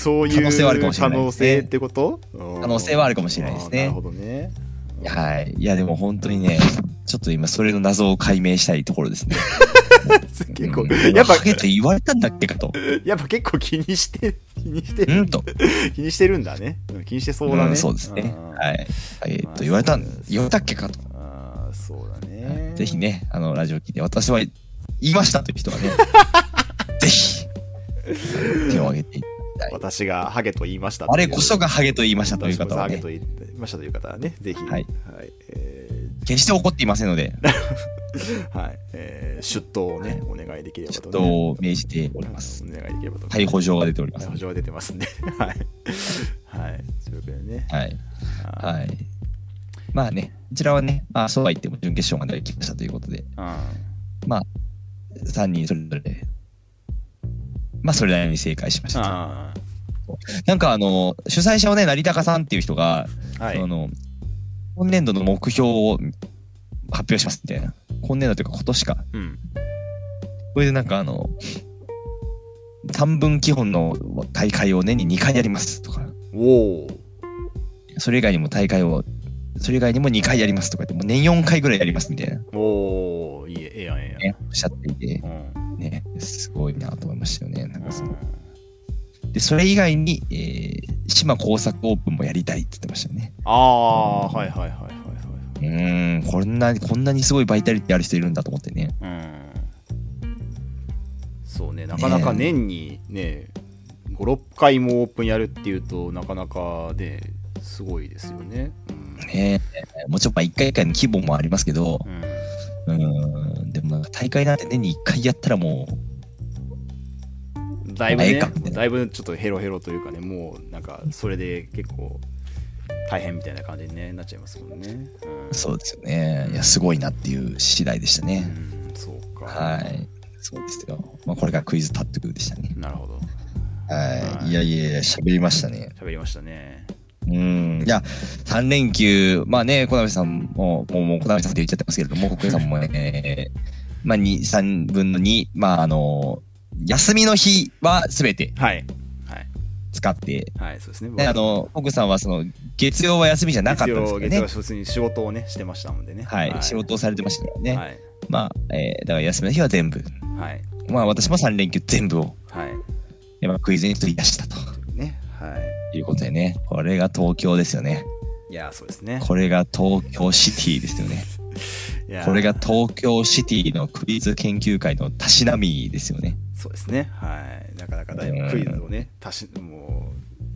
そういう可能性はあるかもしれないですね可能性ってこと？ 可能性はあるかもしれないですね。 なるほどね。 はい。いや、でも本当にね、ちょっと今それの謎を解明したいところですね。 結構、 うん、 やっぱ、 ハゲと言われたんだっけかと。 やっぱ結構気にして、気にしてる。 うんと。 気にしてるんだね。気にしてそうだね。 うん、そうですね。はい。えー、っと、 まあ、 言われた、言われたっけかと。 ああ、そうだね。 ぜひね、あの、ラジオ聞いて、私は言いましたという人はね、ぜひ、手を挙げていただいて。 私がハゲと言いました。 あれこそがハゲと言いましたという方は、ね、 ハゲと言いましたという方はね、ぜひ。 はい。 はい、えー、決して怒っていませんので。 はい。えー、出頭をね、お願いできればと、ね。 出頭を命じております。 お願いできればと。 逮捕状が出ております。 逮捕状が出てますんで。はい。はい。というわけでね。 はい。はい。まあね、こちらはね、まあ、そうは言っても準決勝まで来ましたということで。まあ、さんにんそれぞれ、まあ、それなりに正解しました。あなんかあの、主催者はね、成高さんっていう人が、はい、その、今年度の目標を発表しますみたいな。今年度というか今年か。うん。これでなんかあの、短文基本の大会を年ににかいやりますとか。おお。それ以外にも大会を、それ以外にもにかいやりますとかって、もう年よんかいぐらいやりますみたいな。 おお、いいえ、ええやんええやん。 ね、おっしゃっていて、うん、ね、すごいなと思いましたよね。なんかその、うん、で、それ以外に、えー、島工作オープンもやりたいって言ってましたよね。 ああ、はいはいはいはいはい。 うーん、こんな、こんなにすごいバイタリティある人いるんだと思ってね。うん。 そうね、なかなか年にね、ご、ろっかいもオープンやるっていうと、なかなかで、すごいですよね。うん、 ねえ、もちろんいっかいいっかいの規模もありますけど、うん、うんでも大会なんて年にいっかいやったらもう、だいぶね、だいぶちょっとヘロヘロというかね、もうなんかそれで結構大変みたいな感じに、ね、なっちゃいますもんね。 うん、そうですよね。いや、すごいなっていう次第でしたね。 うん、そうか。 はい。そうですよ。まあ、これがクイズタットゥでしたね。 なるほど。 はい。いやいやいや、喋りましたね。 喋りましたね。 うん。いや、さん連休、まあね、小鍋さんも、もう、もう小鍋さんって言っちゃってますけれども、国さんもね、まあ、に、さんぶんのに、まあ、あの、休みの日はすべて、はい。はい。使って、 はい、そうですね。 で、あの、国さんはその、月曜は休みじゃなかったんですよね。 月曜は普通に仕事をね、してましたもんでね。 はい。はい、仕事をされてましたからね。はい。まあ、えー、だから休みの日は全部。はい。まあ、私もさん連休全部を、はい。やっぱクイズに費やしたと。ね。はい。いうことでね、これが東京ですよね。 いや、そうですね。 これが東京シティですよね。いやこれが東京シティのクイズ研究会のたしなみですよね。 そうですね。はい。なかなかだいぶクイズをね、たし、も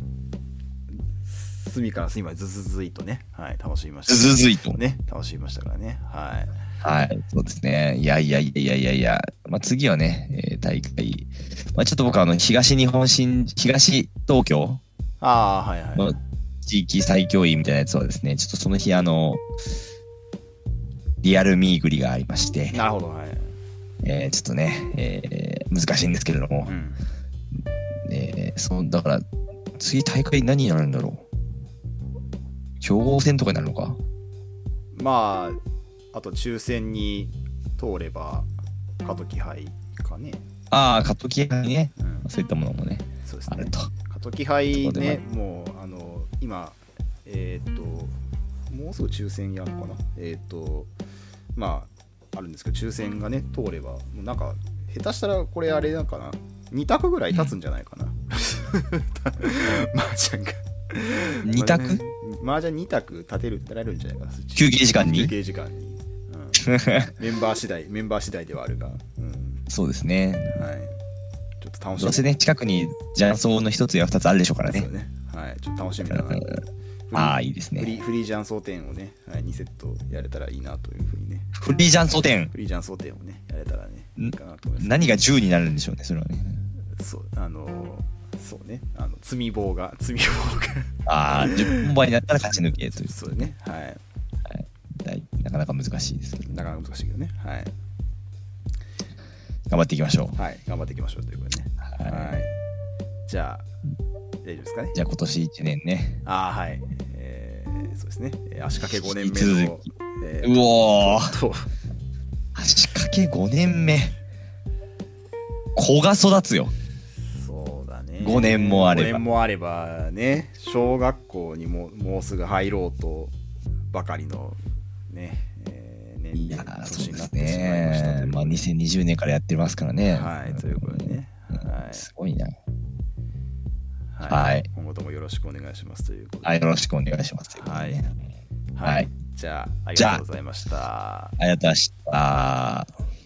う、隅から隅までずずずいとね、はい、楽しみました、ね。 ずずずいと。 ね、楽しみましたからね。はい。 はい、そうですね。いやいやいやいやいやいや、まあ、次はね、えー、大会、まあ、ちょっと僕はあの東日本新、東東京あー、はいはい、 の地域最強位みたいなやつはですね、ちょっとその日あの、リアルミーグリがありまして、 なるほど、はい。 えー、ちょっとね、えー、難しいんですけれども、うんえー、そう、だから、次大会何になるんだろう。強豪戦とかになるのか。 まあ、あと抽選に通れば、過渡期杯かね。 ああ、過渡期杯ね、うん。そういったものもね、 そうですねあると。 過渡期杯ね、もう、あの、今、えー、っと、もうすぐ抽選やるのかな。えー、っと、まあ、あるんですけど、抽選がね、通れば、もうなんか、下手したらこれあれなんかな、に択ぐらい立つんじゃないかな。麻雀が。 に択麻雀に択立てる、立てられるんじゃないかな。 休憩時間に休憩時間に。うん、メンバー次第、メンバー次第ではあるが。うん、 そうですね。 はい。ちょっと楽しみ。 どうせね、近くに雀荘の一つや二つあるでしょうからね。 そうね。はい。ちょっと楽しみだな。 ああ、いいですね。 フリー、フリージャンソー店をね、はい、にセットやれたらいいなというふうにね。 フリージャンソー店フリージャンソー店をね、やれたらね、いいかなと思います、ね。 何がじゅうになるんでしょうね、それはね。 そう、あのー、そうね、あの、積み棒が、積み棒が。ああ、じゅっぽん倍になったら勝ち抜けという。 そうね、はい。はい、 なかなか難しいですけど。 なかなか難しいけどね、はい。 頑張っていきましょう。 はい、頑張っていきましょうということでね。はい。はい、じゃあ、大丈夫ですかね。 じゃあ今年いちねんね。 ああ、はい。そうですね。足掛けごねんめの。 えー、うおー。足掛けごねんめ。子が育つよ。 そうだね。 ごねんもあれば。 ごねんもあればね、小学校にももうすぐ入ろうとばかりのね、えー、年齢年になってしまいましたね。 まあ、にせんにじゅうねんからやってますからね。 はい、ということでね。はい、 すごいな。 はい。 はい、 今後ともよろしくお願いしますということで。 はい、よろしくお願いしますということで、ね。 はい。はい。じゃあ、ありがとうございました。 ありがとうございました。